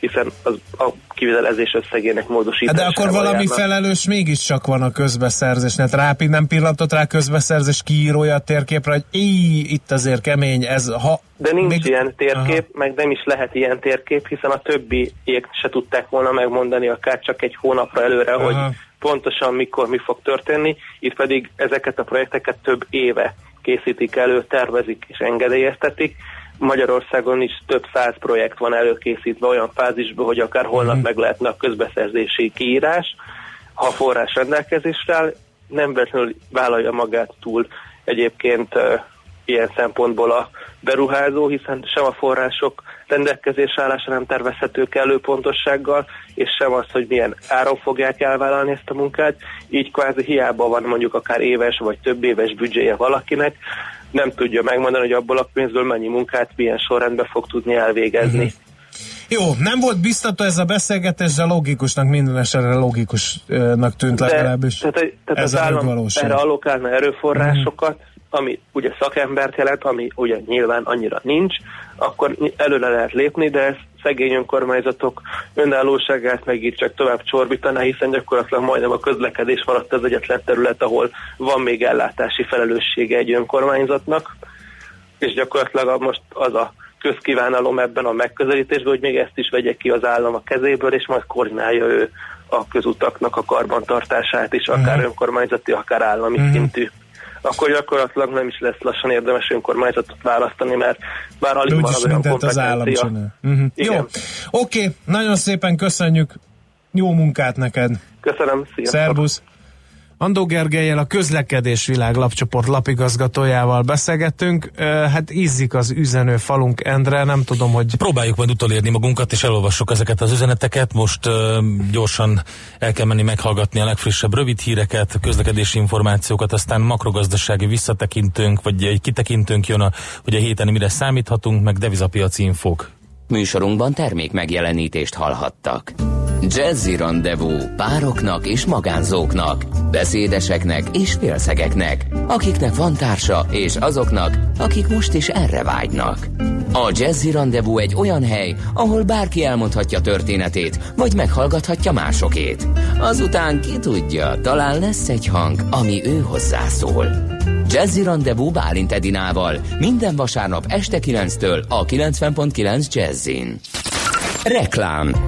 hiszen a kivitelezés összegének módosításával. De akkor valami felelős mégiscsak van a közbeszerzésnél. Rápi nem pillantott rá közbeszerzés kiírója a térképre, hogy itt azért kemény, ez De nincs ilyen térkép, meg nem is lehet ilyen térkép, hiszen a többiek se tudták volna megmondani akár csak egy hónapra előre, hogy pontosan mikor mi fog történni, itt pedig ezeket a projekteket több éve készítik elő, tervezik és engedélyeztetik. Magyarországon is több 100 projekt van előkészítve olyan fázisban, hogy akár holnap meg lehetne a közbeszerzési kiírás, ha forrás rendelkezésre áll, nem véletlenül vállalja magát túl egyébként ilyen szempontból a beruházó, hiszen sem a források rendelkezésre állása nem tervezhetők elő pontossággal, és sem az, hogy milyen áron fogják elvállalni ezt a munkát, így kvázi hiába van mondjuk akár éves vagy több éves büdzséje valakinek, nem tudja megmondani, hogy abból a pénzből mennyi munkát milyen sorrendben fog tudni elvégezni. Jó, nem volt biztató ez a beszélgetés, de logikusnak, minden esetre logikusnak tűnt legalábbis. Tehát az állam erre allokálna erőforrásokat, ami ugye szakembert jelent, ami ugye nyilván annyira nincs, akkor előre lehet lépni, de ez szegény önkormányzatok önállóságát meg így csak tovább csorbítaná, hiszen gyakorlatilag majdnem a közlekedés maradt az egyetlen terület, ahol van még ellátási felelőssége egy önkormányzatnak, és gyakorlatilag most az a közkívánalom ebben a megközelítésben, hogy még ezt is vegye ki az állam a kezéből, és majd koordinálja ő a közutaknak a karbantartását is, akár önkormányzati, akár állami szintű. Akkor gyakorlatilag nem is lesz lassan érdemes önkormányzatot választani, mert bár alig van az olyan kompetencia. Jó, oké, nagyon szépen köszönjük, jó munkát neked. Köszönöm, sziasztok. Szervusz. Andó Gergellyel, a Közlekedés Világ lapcsoport lapigazgatójával beszélgettünk. Hát ízzik az üzenő falunk, Endre, nem tudom, hogy... Próbáljuk majd utolérni magunkat, és elolvassuk ezeket az üzeneteket. Most gyorsan el kell menni meghallgatni a legfrissebb rövid híreket, közlekedési információkat, aztán makrogazdasági visszatekintőnk, vagy egy kitekintőnk jön, hogy a héten mire számíthatunk, meg devizapiaci infók. Műsorunkban termék megjelenítést hallhattak. Jazzy Rendezvous pároknak és magánzóknak, beszédeseknek és félszegeknek, akiknek van társa, és azoknak, akik most is erre vágynak. A Jazzy Rendezvous egy olyan hely, ahol bárki elmondhatja történetét, vagy meghallgathatja másokét. Azután ki tudja, talán lesz egy hang, ami ő hozzászól. Jazzy Rendezvous Bálint Edinával minden vasárnap este 9-től a 90.9 Jazzin. Reklám.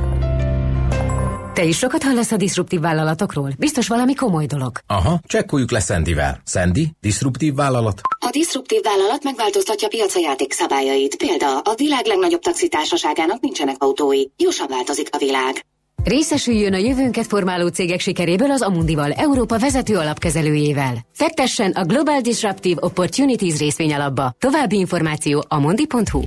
Te is sokat hallasz a diszruptív vállalatokról? Biztos valami komoly dolog. Aha, csekkoljuk le Sandyvel. Sandy, diszruptív vállalat? A diszruptív vállalat megváltoztatja piaca játékszabályait. Példa, a világ legnagyobb taxitársaságának nincsenek autói. Gyorsan változik a világ. Részesüljön a jövőnket formáló cégek sikeréből az Amundival, Európa vezető alapkezelőjével. Fektessen a Global Disruptive Opportunities részvényalapba. További információ amundi.hu.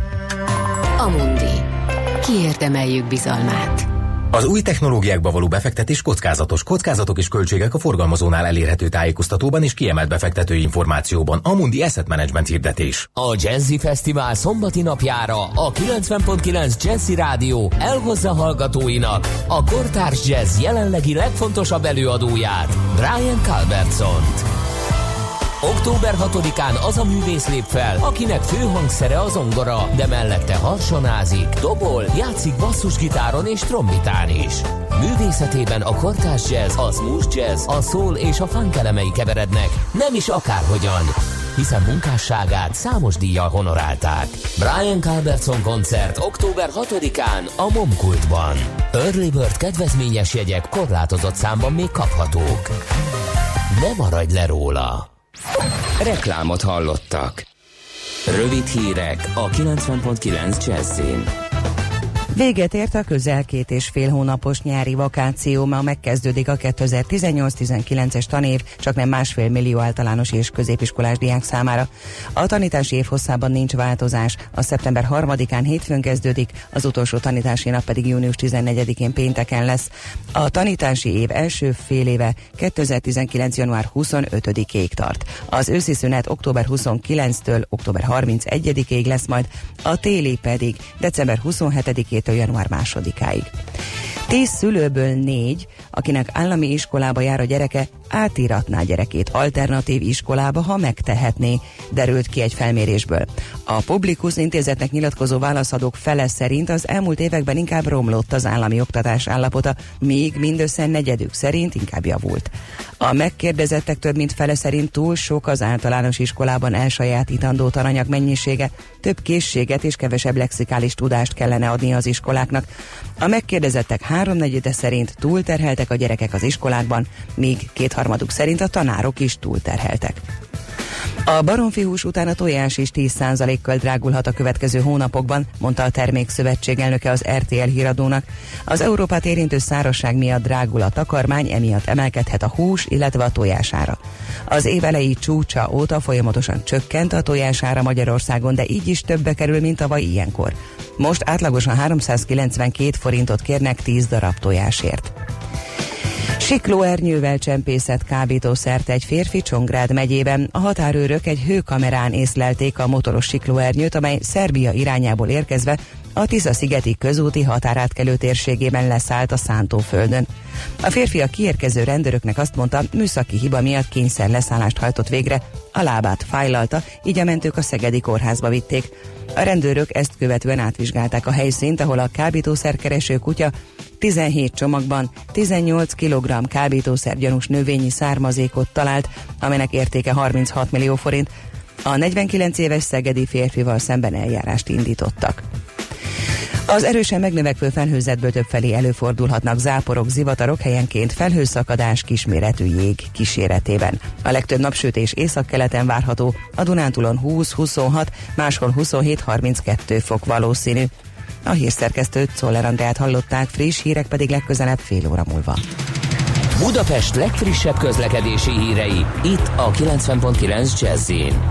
Amundi. Kiérdemeljük bizalmát. Az új technológiákba való befektetés kockázatos. Kockázatok és költségek a forgalmazónál elérhető tájékoztatóban és kiemelt befektető információban. Amundi Asset Management hirdetés. A Jazzy Fesztivál szombati napjára a 90.9 Jazzy Rádió elhozza hallgatóinak a kortárs jazz jelenlegi legfontosabb előadóját, Brian Culbertsont. Október 6-án az a művész lép fel, akinek főhangszere a zongora, de mellette harsonázik, dobol, játszik basszusgitáron és trombitán is. Művészetében a kortárs jazz, a smooth jazz, a soul és a funk elemei keverednek, nem is akárhogyan, hiszen munkásságát számos díjjal honorálták. Brian Culbertson koncert október 6-án a Momkultban. Early Bird kedvezményes jegyek korlátozott számban még kaphatók. Ne maradj le róla! Reklámot hallottak. Rövid hírek a 90.9 Jazzin. Véget ért a közel 2,5 hónapos nyári vakáció, ma megkezdődik a 2018-19-es tanév, csaknem 1,5 millió általános és középiskolás diák számára. A tanítási év hosszában nincs változás, a szeptember 3-án hétfőn kezdődik, az utolsó tanítási nap pedig június 14-én pénteken lesz. A tanítási év első fél éve 2019. január 25-ig tart. Az őszi szünet október 29-től október 31-ig lesz majd, a téli pedig december 27-től január 2-ig. 10 szülőből 4 akinek állami iskolába jár a gyereke, átíratná gyerekét alternatív iskolába, ha megtehetné, derült ki egy felmérésből. A Publikus Intézetnek nyilatkozó válaszadók fele szerint az elmúlt években inkább romlott az állami oktatás állapota, míg mindössze negyedük szerint inkább javult. A megkérdezettek több mint fele szerint túl sok az általános iskolában elsajátítandó tananyag mennyisége, több készséget és kevesebb lexikális tudást kellene adni az iskoláknak. A megkérdezettek háromnegyede szerint túlterheltek a gyerekek az iskolákban, míg kétharmaduk szerint a tanárok is túlterheltek. A baromfihús után a tojás is 10%-kal drágulhat a következő hónapokban, mondta a Termékszövetség elnöke az RTL híradónak. Az Európát érintő szárazság miatt drágul a takarmány, emiatt emelkedhet a hús, illetve a tojására. Az év elejé csúcsa óta folyamatosan csökkent a tojására Magyarországon, de így is többe kerül, mint tavaly ilyenkor. Most átlagosan 392 forintot kérnek 10 darab tojásért. Siklóernyővel csempészett kábítószert egy férfi Csongrád megyében. A határőrök egy hőkamerán észlelték a motoros siklóernyőt, amely Szerbia irányából érkezve a Tisza-szigeti közúti határátkelő térségében leszállt a szántóföldön. A férfi a kiérkező rendőröknek azt mondta, műszaki hiba miatt kényszer leszállást hajtott végre, a lábát fájlalta, így a mentők a szegedi kórházba vitték. A rendőrök ezt követően átvizsgálták a helyszínt, ahol a kábítószerkereső kutya 17 csomagban 18 kg kábítószergyanús növényi származékot talált, amelynek értéke 36 millió forint. A 49 éves szegedi férfival szemben eljárást indítottak. Az erősen megnövekvő felhőzetből többfelé előfordulhatnak záporok, zivatarok, helyenként felhőszakadás, kisméretű jég kíséretében. A legtöbb napsütés északkeleten várható, a Dunántúlon 20-26, máshol 27-32 fok valószínű. A hírszerkesztőt, Czoller Andrát hallották, friss hírek pedig legközelebb fél óra múlva. Budapest legfrissebb közlekedési hírei, itt a 90.9 Jazz-in.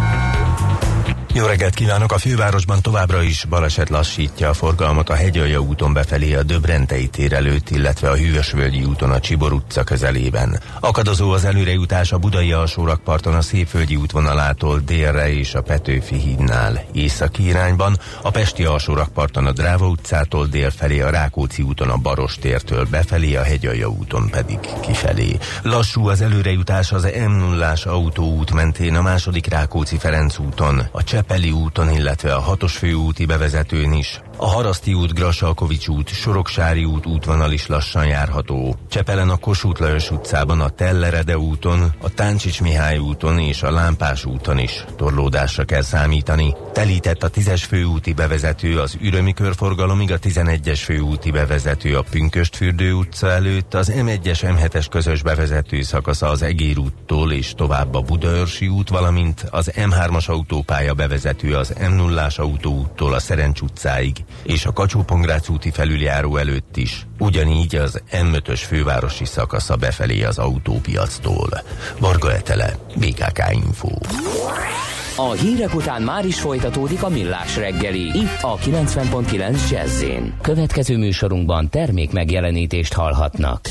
Jó reggelt kívánok! A fővárosban továbbra is baleset lassítja a forgalmat a Hegyalja úton befelé a Döbrentei tér előtt, illetve a Hűvösvölgyi úton a Csibor utca közelében. Akadozó az előrejutás a Budai alsórakparton a Szépvölgyi útvonalától délre és a Petőfi hídnál északi irányban, a Pesti alsórakparton a Dráva utcától délfelé, a Rákóczi úton a Barostértől befelé, a Hegyalja úton pedig kifelé. Lassú az előrejutás az M0-ás autóút mentén a második Rákóczi-Ferenc úton, a Csepeli úton, illetve a 6-os főúti bevezetőn is. A Haraszti út, Grassalkovics út, Soroksári út útvonal is lassan járható. Csepelen a Kossuth Lajos utcában, a Tellerede úton, a Táncsics Mihály úton és a Lámpás úton is torlódásra kell számítani. Telített a 10-es főúti bevezető az Ürömi körforgalomig, a 11-es főúti bevezető a Pünkösdfürdő utca előtt, az M1-es M7-es közös bevezető szakasza az Egér úttól és tovább a Budaörsi út, valamint az M3-as autópálya bevezető az M0-ás autóúttól a Szerencs utcáig, és a Kacsó-Pongrác úti felüljáró előtt is. Ugyanígy az M5-ös fővárosi szakasza befelé az autópiactól. Varga Etele, BKK Info. A hírek után már is folytatódik a Millás reggeli, itt a 90.9 Jazz-én. Következő műsorunkban termék megjelenítést hallhatnak.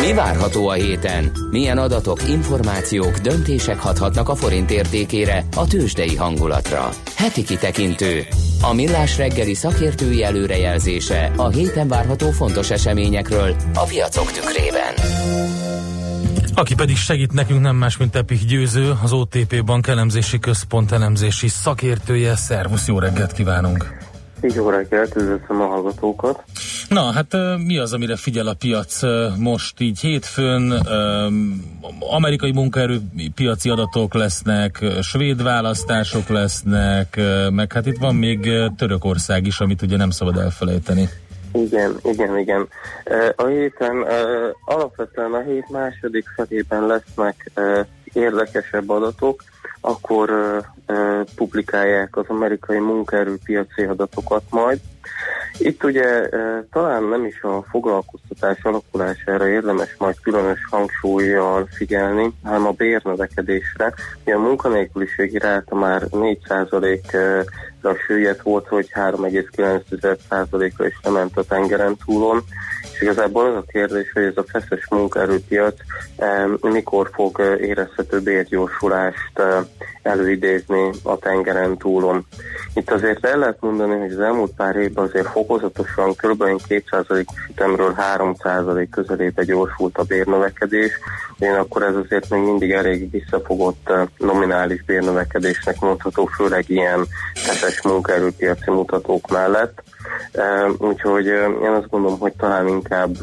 Mi várható a héten? Milyen adatok, információk, döntések hathatnak a forint értékére, a tőzsdei hangulatra? Heti kitekintő. A Millás reggeli szakértői előrejelzése a héten várható fontos eseményekről a piacok tükrében. Aki pedig segít nekünk nem más, mint Epik Győző, az OTP Bank elemzési központ elemzési szakértője. Szervusz, jó reggelt kívánunk! Jó reggelt, üdvözlöm a hallgatókat! Na, hát mi az, amire figyel a piac most így hétfőn? Amerikai munkaerőpiaci adatok lesznek, svéd választások lesznek, meg hát itt van még Törökország is, amit ugye nem szabad elfelejteni. Igen. A héten, alapvetően a hét második felében lesznek érdekesebb adatok, akkor publikálják az amerikai munkaerőpiaci adatokat majd. Itt ugye talán nem is a foglalkoztatás alakulására érdemes majd különös hangsúllyal figyelni, hanem a bérnövekedésre. Ugye a munkanélküliségi ráta már 4%-ra süllyedt, volt, hogy 3,9%-ra is lement a tengeren túlon. És igazából az a kérdés, hogy ez a feszes munkaerőpiac mikor fog érezhető bérgyorsulást előidézni a tengeren túlon. Itt azért el lehet mondani, hogy az elmúlt pár évben azért fokozatosan kb. 2%-os ütemről 3% közelébe gyorsult a bérnövekedés, ugyanakkor ez azért még mindig elég visszafogott nominális bérnövekedésnek mondható, főleg ilyen feszes munkaerőpiaci mutatók mellett. Úgyhogy én azt gondolom, hogy talán inkább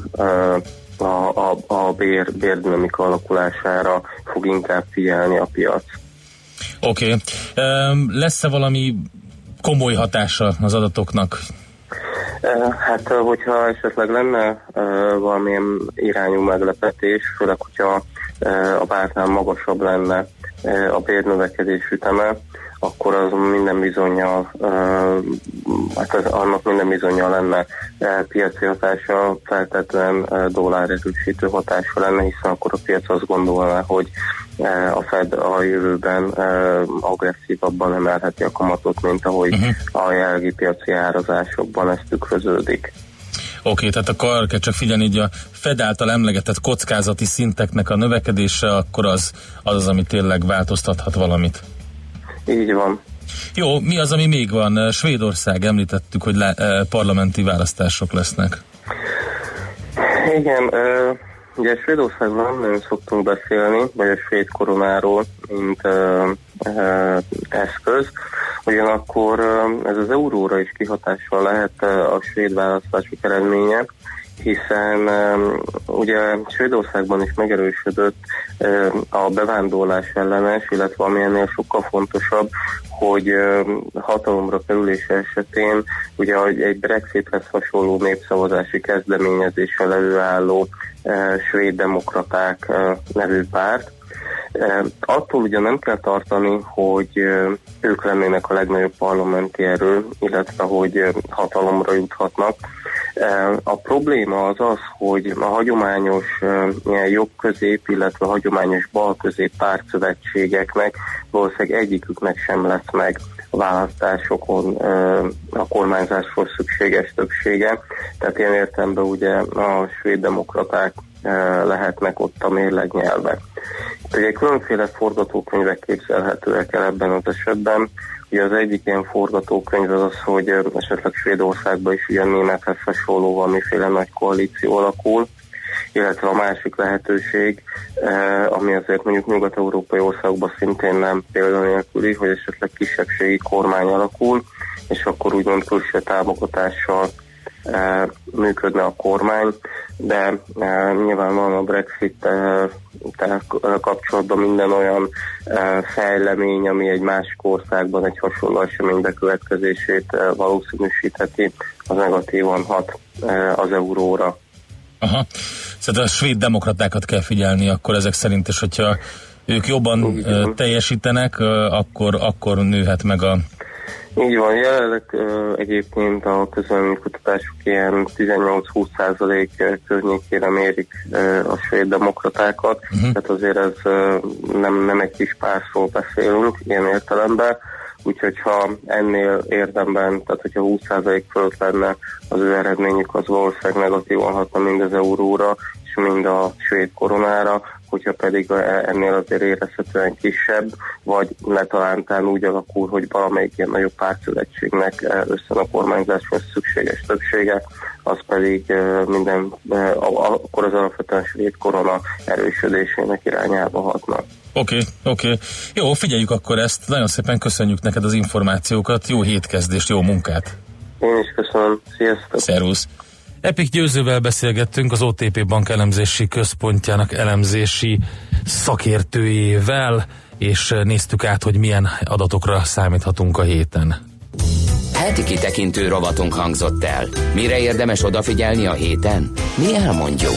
a bérdinamika alakulására fog inkább figyelni a piac. Oké. Lesz-e valami komoly hatása az adatoknak? Hát, hogyha esetleg lenne valamilyen irányú meglepetés, főleg, hogyha a vártnál magasabb lenne a bérnövekedés üteme, akkor az minden bizonnyal, annak minden bizonnyal lenne piaci hatása, feltétlenül dollárerősítő hatása lenne, hiszen akkor a piac azt gondolná, hogy a Fed a jövőben agresszívabban emelheti a kamatot, mint ahogy a jelenlegi piaci árazásokban ez tükröződik. Oké, tehát akkor kell csak figyelni, hogy a Fed által emlegetett kockázati szinteknek a növekedése, akkor az, ami tényleg változtathat valamit. Így van. Jó, mi az, ami még van? Svédország, említettük, hogy parlamenti választások lesznek. Igen, ugye Svédországban nem nagyon szoktunk beszélni, vagy a svéd koronáról, mint eszköz. Ugyanakkor ez az euróra is kihatással lehet a svéd választások eredménye, hiszen ugye Svédországban is megerősödött a bevándorlás ellenes, illetve ami ennél sokkal fontosabb, hogy hatalomra kerülése esetén ugye egy Brexithez hasonló népszavazási kezdeményezéssel előálló svéd demokraták nevű párt. Attól ugye nem kell tartani, hogy ők lennének a legnagyobb parlamenti erő, illetve hogy hatalomra juthatnak. A probléma az az, hogy a hagyományos jobb-közép, illetve a hagyományos bal-közép pártszövetségeknek valószínűleg egyiküknek sem lesz meg a választásokon a kormányzáshoz szükséges többsége. Tehát ilyen értelemben ugye a svéd demokraták lehetnek ott a mérlegnyelvek. Ugye különféle forgatókönyvek képzelhetőek el ebben az esetben. Ugye az egyik ilyen forgatókönyv az, hogy esetleg Svédországban is ugye némethez hasonló valamiféle nagy koalíció alakul, illetve a másik lehetőség, ami azért mondjuk nyugat-európai országokban szintén nem példanélküli, hogy esetleg kisebbségi kormány alakul, és akkor úgymond külső támogatással működne a kormány, de nyilvánvalóan a Brexit kapcsolatban minden olyan fejlemény, ami egy másik országban egy hasonló esemény bekövetkezését valószínűsítheti, az negatívan hat az euróra. Aha. Szóval a svéd demokratákat kell figyelni akkor ezek szerint, és hogyha ők jobban teljesítenek, akkor nőhet meg a... Így van, jelenleg egyébként a közvéleménykutatások ilyen 18-20% környékére mérik a svéd demokratákat, tehát azért ez nem egy kis párszól beszélünk ilyen értelemben, úgyhogy ha ennél érdemben, tehát hogyha 20% fölött lenne az ő eredményük, az valószínűleg negatívan hatna mind az euróra, és mind a svéd koronára, hogyha pedig ennél azért érezhetően kisebb, vagy letalántán úgy alakul, hogy valamelyik ilyen nagyobb pártszövetségnek összen a kormányzáshoz szükséges többsége, az pedig akkor az alapvetően svéd korona erősödésének irányába hatnak. Oké. Jó, figyeljük akkor ezt. Nagyon szépen köszönjük neked az információkat. Jó hétkezdést, jó munkát! Én is köszönöm. Sziasztok! Szervusz! Epik Győzővel beszélgettünk, az OTP Bank elemzési központjának elemzési szakértőjével, és néztük át, hogy milyen adatokra számíthatunk a héten. Heti kitekintő rovatunk hangzott el. Mire érdemes odafigyelni a héten? Mi elmondjuk.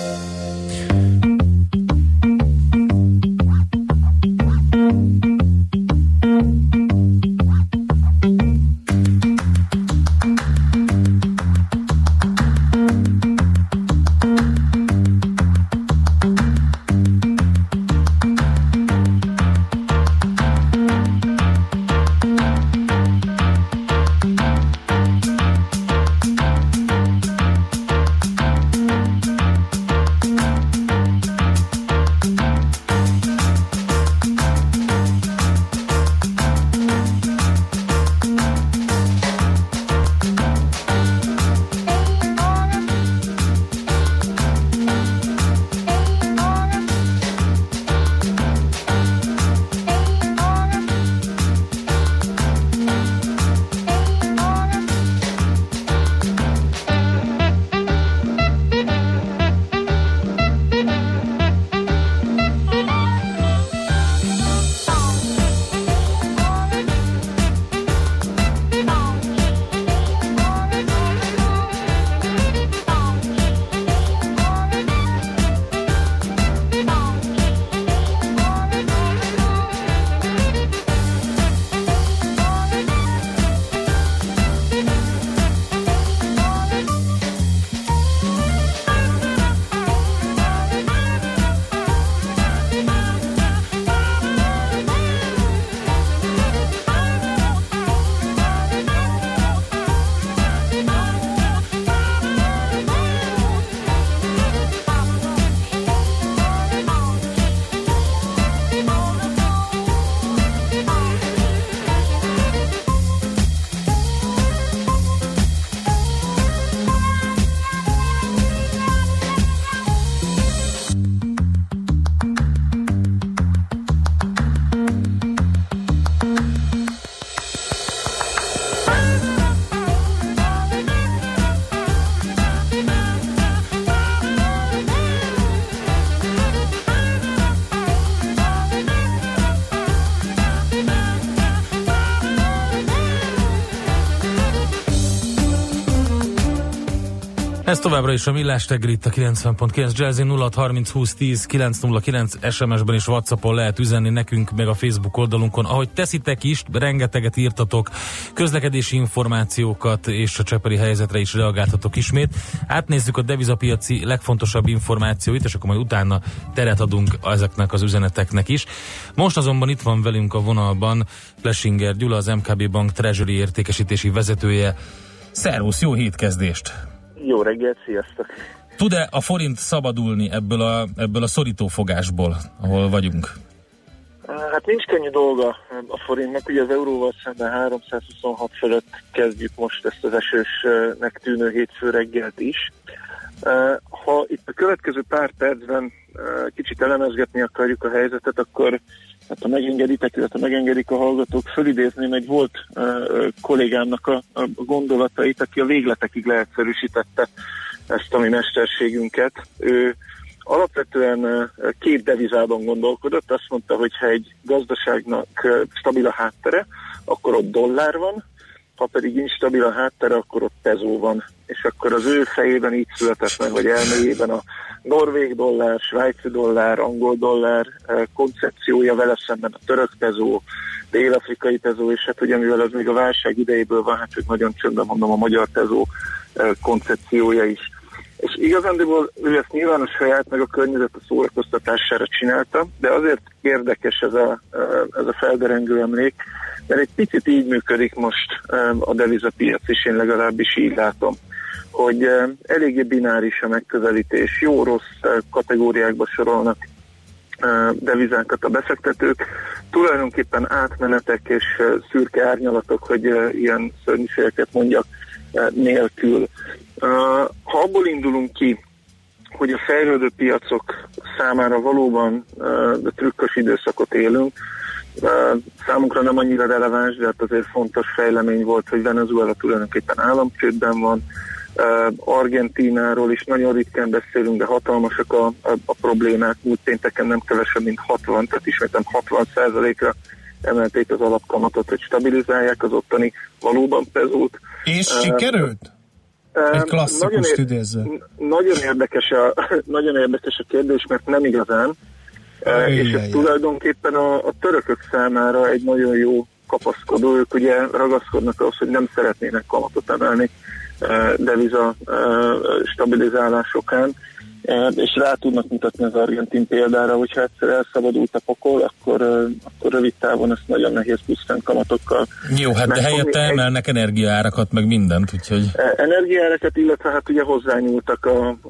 Ez továbbra is a Millás reggeli, itt a 90.9 Jazzy. 0630 20 10 909 SMS-ben és WhatsAppon lehet üzenni nekünk, meg a Facebook oldalunkon. Ahogy teszitek is, rengeteget írtatok, közlekedési információkat, és a csepeli helyzetre is reagáltatok ismét. Átnézzük a devizapiaci legfontosabb információit, és akkor majd utána teret adunk ezeknek az üzeneteknek is. Most azonban itt van velünk a vonalban Plesinger Gyula, az MKB Bank Treasury értékesítési vezetője. Szervusz, jó hétkezdést! Jó reggelt, sziasztok! Tud-e a forint szabadulni ebből a szorítófogásból, ahol vagyunk? Hát nincs könnyű dolga a forintnak, ugye az euróval szemben 326 fölött kezdjük most ezt az esősnek tűnő hétfő reggelt is. Ha itt a következő pár percben kicsit elemezgetni akarjuk a helyzetet, akkor hát ha megengeditek, illetve megengedik a hallgatók, fölidézném egy volt kollégámnak a gondolatait, aki a végletekig leegyszerűsítette ezt a mi mesterségünket. Ő alapvetően két devizában gondolkodott, azt mondta, hogy ha egy gazdaságnak stabil a háttere, akkor ott dollár van, ha pedig instabil a háttere, akkor ott pezó van. És akkor az ő fejében így született meg, vagy elméjében a norvég dollár, svájci dollár, angol dollár koncepciója, vele szemben a török pezó, dél-afrikai pezó, és hát ugye mivel az még a válság idejéből van, hát csak nagyon csöndben mondom a magyar pezó koncepciója is. És igazándiból ő ezt nyilván a saját meg a környezet a szórakoztatására csinálta, de azért érdekes ez a felderengő emlék, mert egy picit így működik most a devizapiac, és én legalábbis így látom, hogy eléggé bináris a megközelítés, jó-rossz kategóriákba sorolnak devizákat a befektetők, tulajdonképpen átmenetek és szürke árnyalatok, hogy ilyen szörnyűségeket mondjak, nélkül. Ha abból indulunk ki, hogy a fejlődő piacok számára valóban trükkös időszakot élünk, számunkra nem annyira releváns, de hát azért fontos fejlemény volt, hogy Venezuela tulajdonképpen államcsődben van. Argentínáról is nagyon ritkán beszélünk, de hatalmasak a problémák. Múlt pénteken nem kevesebb, mint 60, tehát ismétem 60%-ra emelték az alapkamatot, hogy stabilizálják az ottani valóban pezót. És sikerült? Egy klasszikust idézve. Nagyon érdekes a kérdés, mert nem igazán. És ez tulajdonképpen a törökök számára egy nagyon jó kapaszkodó. Ők ugye ragaszkodnak ahhoz, hogy nem szeretnének kamatot emelni deviza stabilizálásokán, és rá tudnak mutatni az argentin példára, hogyha egyszer elszabadult a pokol, akkor rövid távon ezt nagyon nehéz pusztán kamatokkal. Jó, hát de helyette emelnek energiaárakat, meg mindent, úgyhogy... Energiaárakat, illetve hát ugye hozzányúltak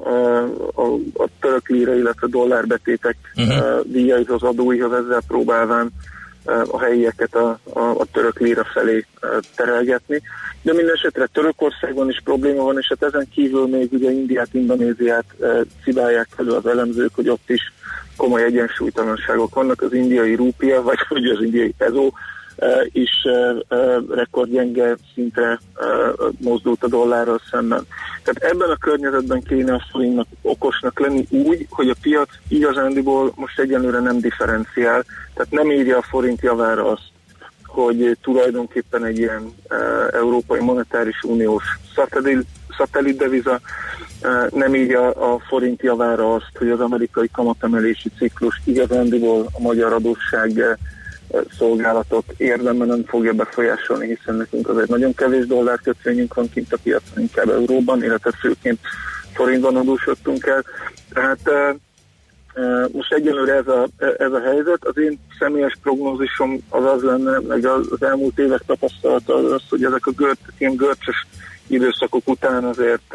a török líra, illetve dollárbetétek díjaihoz, adóihoz, ezzel próbálván a helyieket a török líra felé terelgetni. De minden esetre Törökországban is probléma van, és hát ezen kívül még ugye Indiát, Indonéziát cibálják elő az elemzők, hogy ott is komoly egyensúlytalanságok vannak. Az indiai rúpia, vagy az indiai pezó is rekordgyenge szintre mozdult a dollárral szemben. Tehát ebben a környezetben kéne a forintnak okosnak lenni úgy, hogy a piac igazándiból most egyenlőre nem differenciál, tehát nem írja a forint javára azt, hogy tulajdonképpen egy ilyen Európai Monetáris Uniós szatellitdeviza, nem írja a forint javára azt, hogy az amerikai kamatemelési ciklus igazándiból a magyar adósság szolgálatot érdemben nem fogja befolyásolni, hiszen nekünk azért nagyon kevés dollárkötvényünk van kint a piacon, inkább euróban, illetve főként forintban adósodtunk el. Tehát most egyelőre ez a helyzet. Az én személyes prognózisom az lenne, meg az elmúlt évek tapasztalata az, hogy ezek a ilyen görcsös időszakok után azért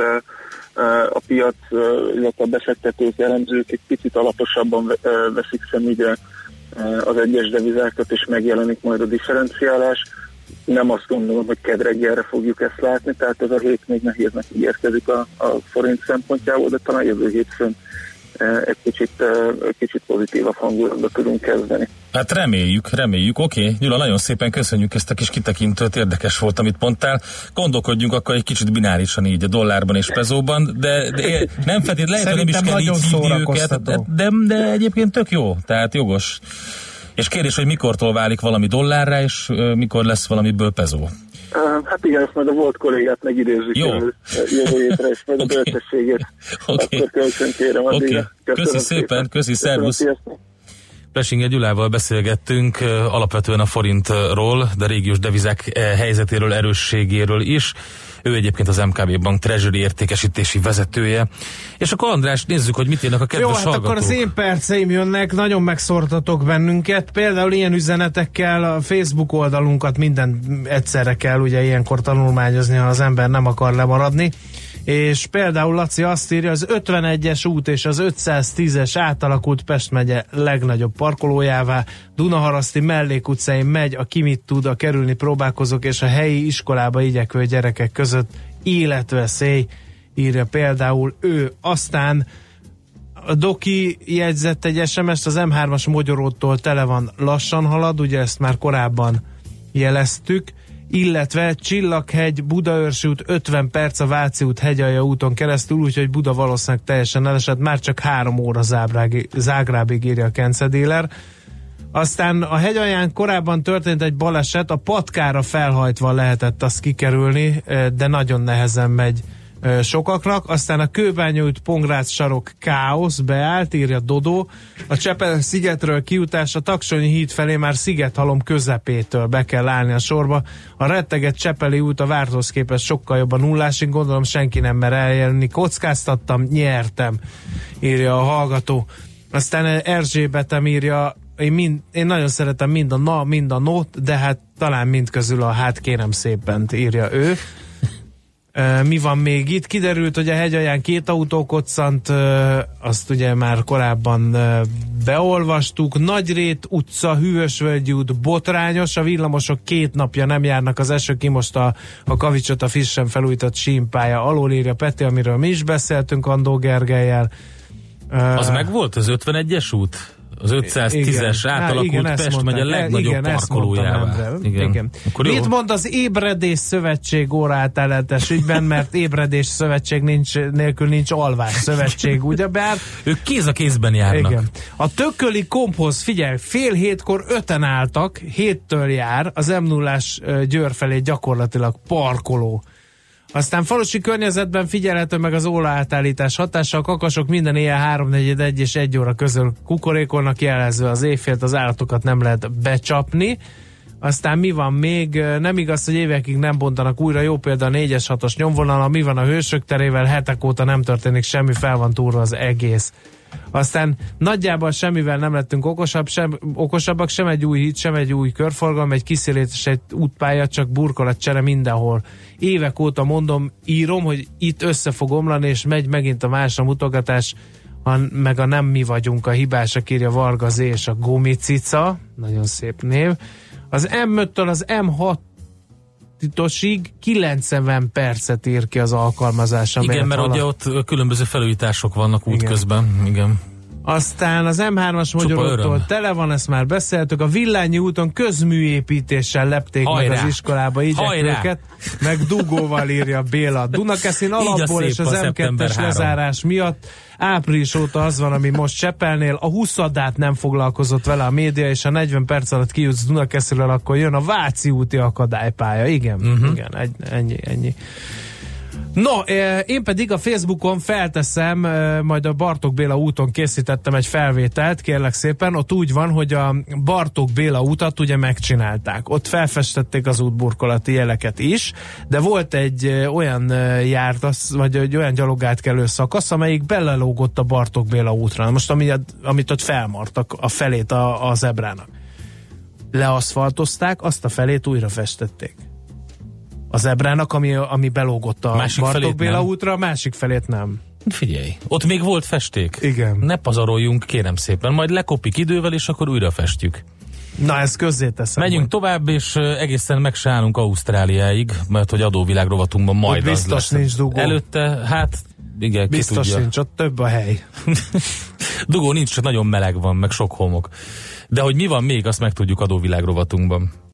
a piac, illetve a befektetők, elemzők egy picit alaposabban veszik szemügyre az egyes devizákat, és megjelenik majd a differenciálás. Nem azt gondolom, hogy kedd reggelre fogjuk ezt látni, tehát ez a hét még nehéznek ígérkezik a forint szempontjából, de talán jövő hétfőn egy kicsit pozitívabb hangulatba tudunk kezdeni. Hát reméljük. Oké, Gyula, nagyon szépen köszönjük ezt a kis kitekintőt, érdekes volt, amit mondtál. Gondolkodjunk akkor egy kicsit binárisan így a dollárban és pezóban, de nem feltétlenül lehet, hogy nem is kell így hívni őket, de egyébként tök jó, tehát jogos. És kérdés, hogy mikortól válik valami dollárra, és mikor lesz valamiből pezó? Hát igen, ezt majd a volt kollégát megidézzük jövő hétre, és majd a bölcsességét akkor kölcsön kérem. Köszi szépen, köszi, szervusz! Plesinger Gyulával beszélgettünk alapvetően a forintról, de régiós devizák helyzetéről, erősségéről is. Ő egyébként az MKB Bank Treasury értékesítési vezetője. És akkor András, nézzük, hogy mit írnak a kedves hallgatók. Jó, hát akkor az én perceim jönnek, nagyon megszortatok bennünket. Például ilyen üzenetekkel a Facebook oldalunkat minden egyszerre kell ugye ilyenkor tanulmányozni, ha az ember nem akar lemaradni. És például Laci azt írja, az 51-es út és az 510-es átalakult Pest megye legnagyobb parkolójává, Dunaharaszti mellékutcáin megy, aki mit tud, a kerülni próbálkozók és a helyi iskolába igyekvő gyerekek között életveszély, írja például ő. Aztán a Doki jegyzett egy SMS-t, az M3-as Mogyorótól tele van, lassan halad, ugye ezt már korábban jeleztük, illetve Csillaghegy, Budaörsi út 50 perc a Váci út Hegyalja úton keresztül, úgyhogy Buda valószínűleg teljesen elesett, már csak 3 óra Zágrábig írja a Kence Dealer. Aztán a Hegyalján korábban történt egy baleset, a patkára felhajtva lehetett azt kikerülni, de nagyon nehezen megy sokaknak. Aztán a Kőbánya út Pongrác sarok káosz, beállt, írja Dodó. A Csepel-szigetről kijutás a Taksonyi híd felé már Szigethalom közepétől be kell állni a sorba. A retteget Csepeli út a várthoz képest sokkal jobb a nullásig, gondolom senki nem mer eljönni. Kockáztattam, nyertem, írja a hallgató. Aztán Erzsébetem írja, én nagyon szeretem mind a na, mind a not, de hát talán mind közül a hát kérem szépen, írja ő. Mi van még itt? Kiderült, hogy a hegyalján 2 autó koccant, azt ugye már korábban beolvastuk. Nagyrét utca, Hűvösvölgyi út botrányos, a villamosok 2 napja nem járnak, az eső kimosta a kavicsot a frissen felújított símpálya alól, írja Peti, amiről mi is beszéltünk Andó Gergellyel. Az meg volt az 51-es út? Az 510-es átalakult Pest megy a legnagyobb parkolójává. Igen. Mit mond az Ébredés Szövetség óraátállítás ügyben, mert Ébredés Szövetség nélkül nincs Alvás Szövetség, ugyebár? Ők kéz a kézben járnak. Igen. A Tököli Komphoz, figyelj, 6:30 5-en álltak, 7-től jár, az M0-ás Győr felé gyakorlatilag parkoló. Aztán falusi környezetben figyelhető meg az óraátállítás hatása, a kakasok minden éjjel 3:41 és 1 óra közül kukorékolnak, jelezve az éjfélt, az állatokat nem lehet becsapni. Aztán mi van még? Nem igaz, hogy évekig nem bontanak újra, jó példa a 4-es 6-os nyomvonal, mi van a Hősök terével, hetek óta nem történik semmi, fel van túlva az egész. Aztán nagyjából semmivel nem lettünk okosabbak, sem egy új híd, sem egy új körforgalom, egy kiszélésített útpálya, csak burkolatcsere mindenhol. Évek óta mondom, írom, hogy itt össze fog omlani, és megy megint a másra mutogatás, meg a nem mi vagyunk a hibásak, írja Varga Z és a Gumicica, nagyon szép név. Az M5-től az M6-osig 90 percet ír ki az alkalmazás. Igen, mert ugye ott különböző felújítások vannak útközben. Igen. Aztán az M3-as Magyarországtól tele van, ezt már beszéltük, a Villányi úton közműépítéssel lepték meg az iskolába igyekvőket, meg dugóval, írja Béla. Dunakeszin alapból és az M2-es lezárás miatt április óta az van, ami most Csepelnél, a 20-adát nem foglalkozott vele a média, és a 40 perc alatt kijutsz Dunakeszinről, akkor jön a Váci úti akadálypálya. Igen, igen, ennyi. No, én pedig a Facebookon felteszem, majd a Bartók Béla úton készítettem egy felvételt, kérlek szépen, ott úgy van, hogy a Bartók Béla utat ugye megcsinálták. Ott felfestették az útburkolati jeleket is, de volt egy olyan vagy egy olyan gyalogátkelő szakasz, amelyik belelógott a Bartók Béla útra. Most amit ott felmartak a felét a zebrának. Leaszfaltozták, azt a felét újra festették. A zebrának, ami belógott a Bartók Béla útra, a másik felét nem. Figyelj, ott még volt festék. Igen. Ne pazaroljunk, kérem szépen, majd lekopik idővel, és akkor újra festjük. Na, ezt közzéteszem. Megyünk tovább, és egészen meg se állunk Ausztráliáig, mert hogy adóvilág rovatunkban majd az lesz. Nincs dugó. Előtte, hát igen, biztos ki tudja. Nincs, ott több a hely. Dugó nincs, csak nagyon meleg van, meg sok homok. De hogy mi van még, azt megtudjuk adóvilág rovatunkban.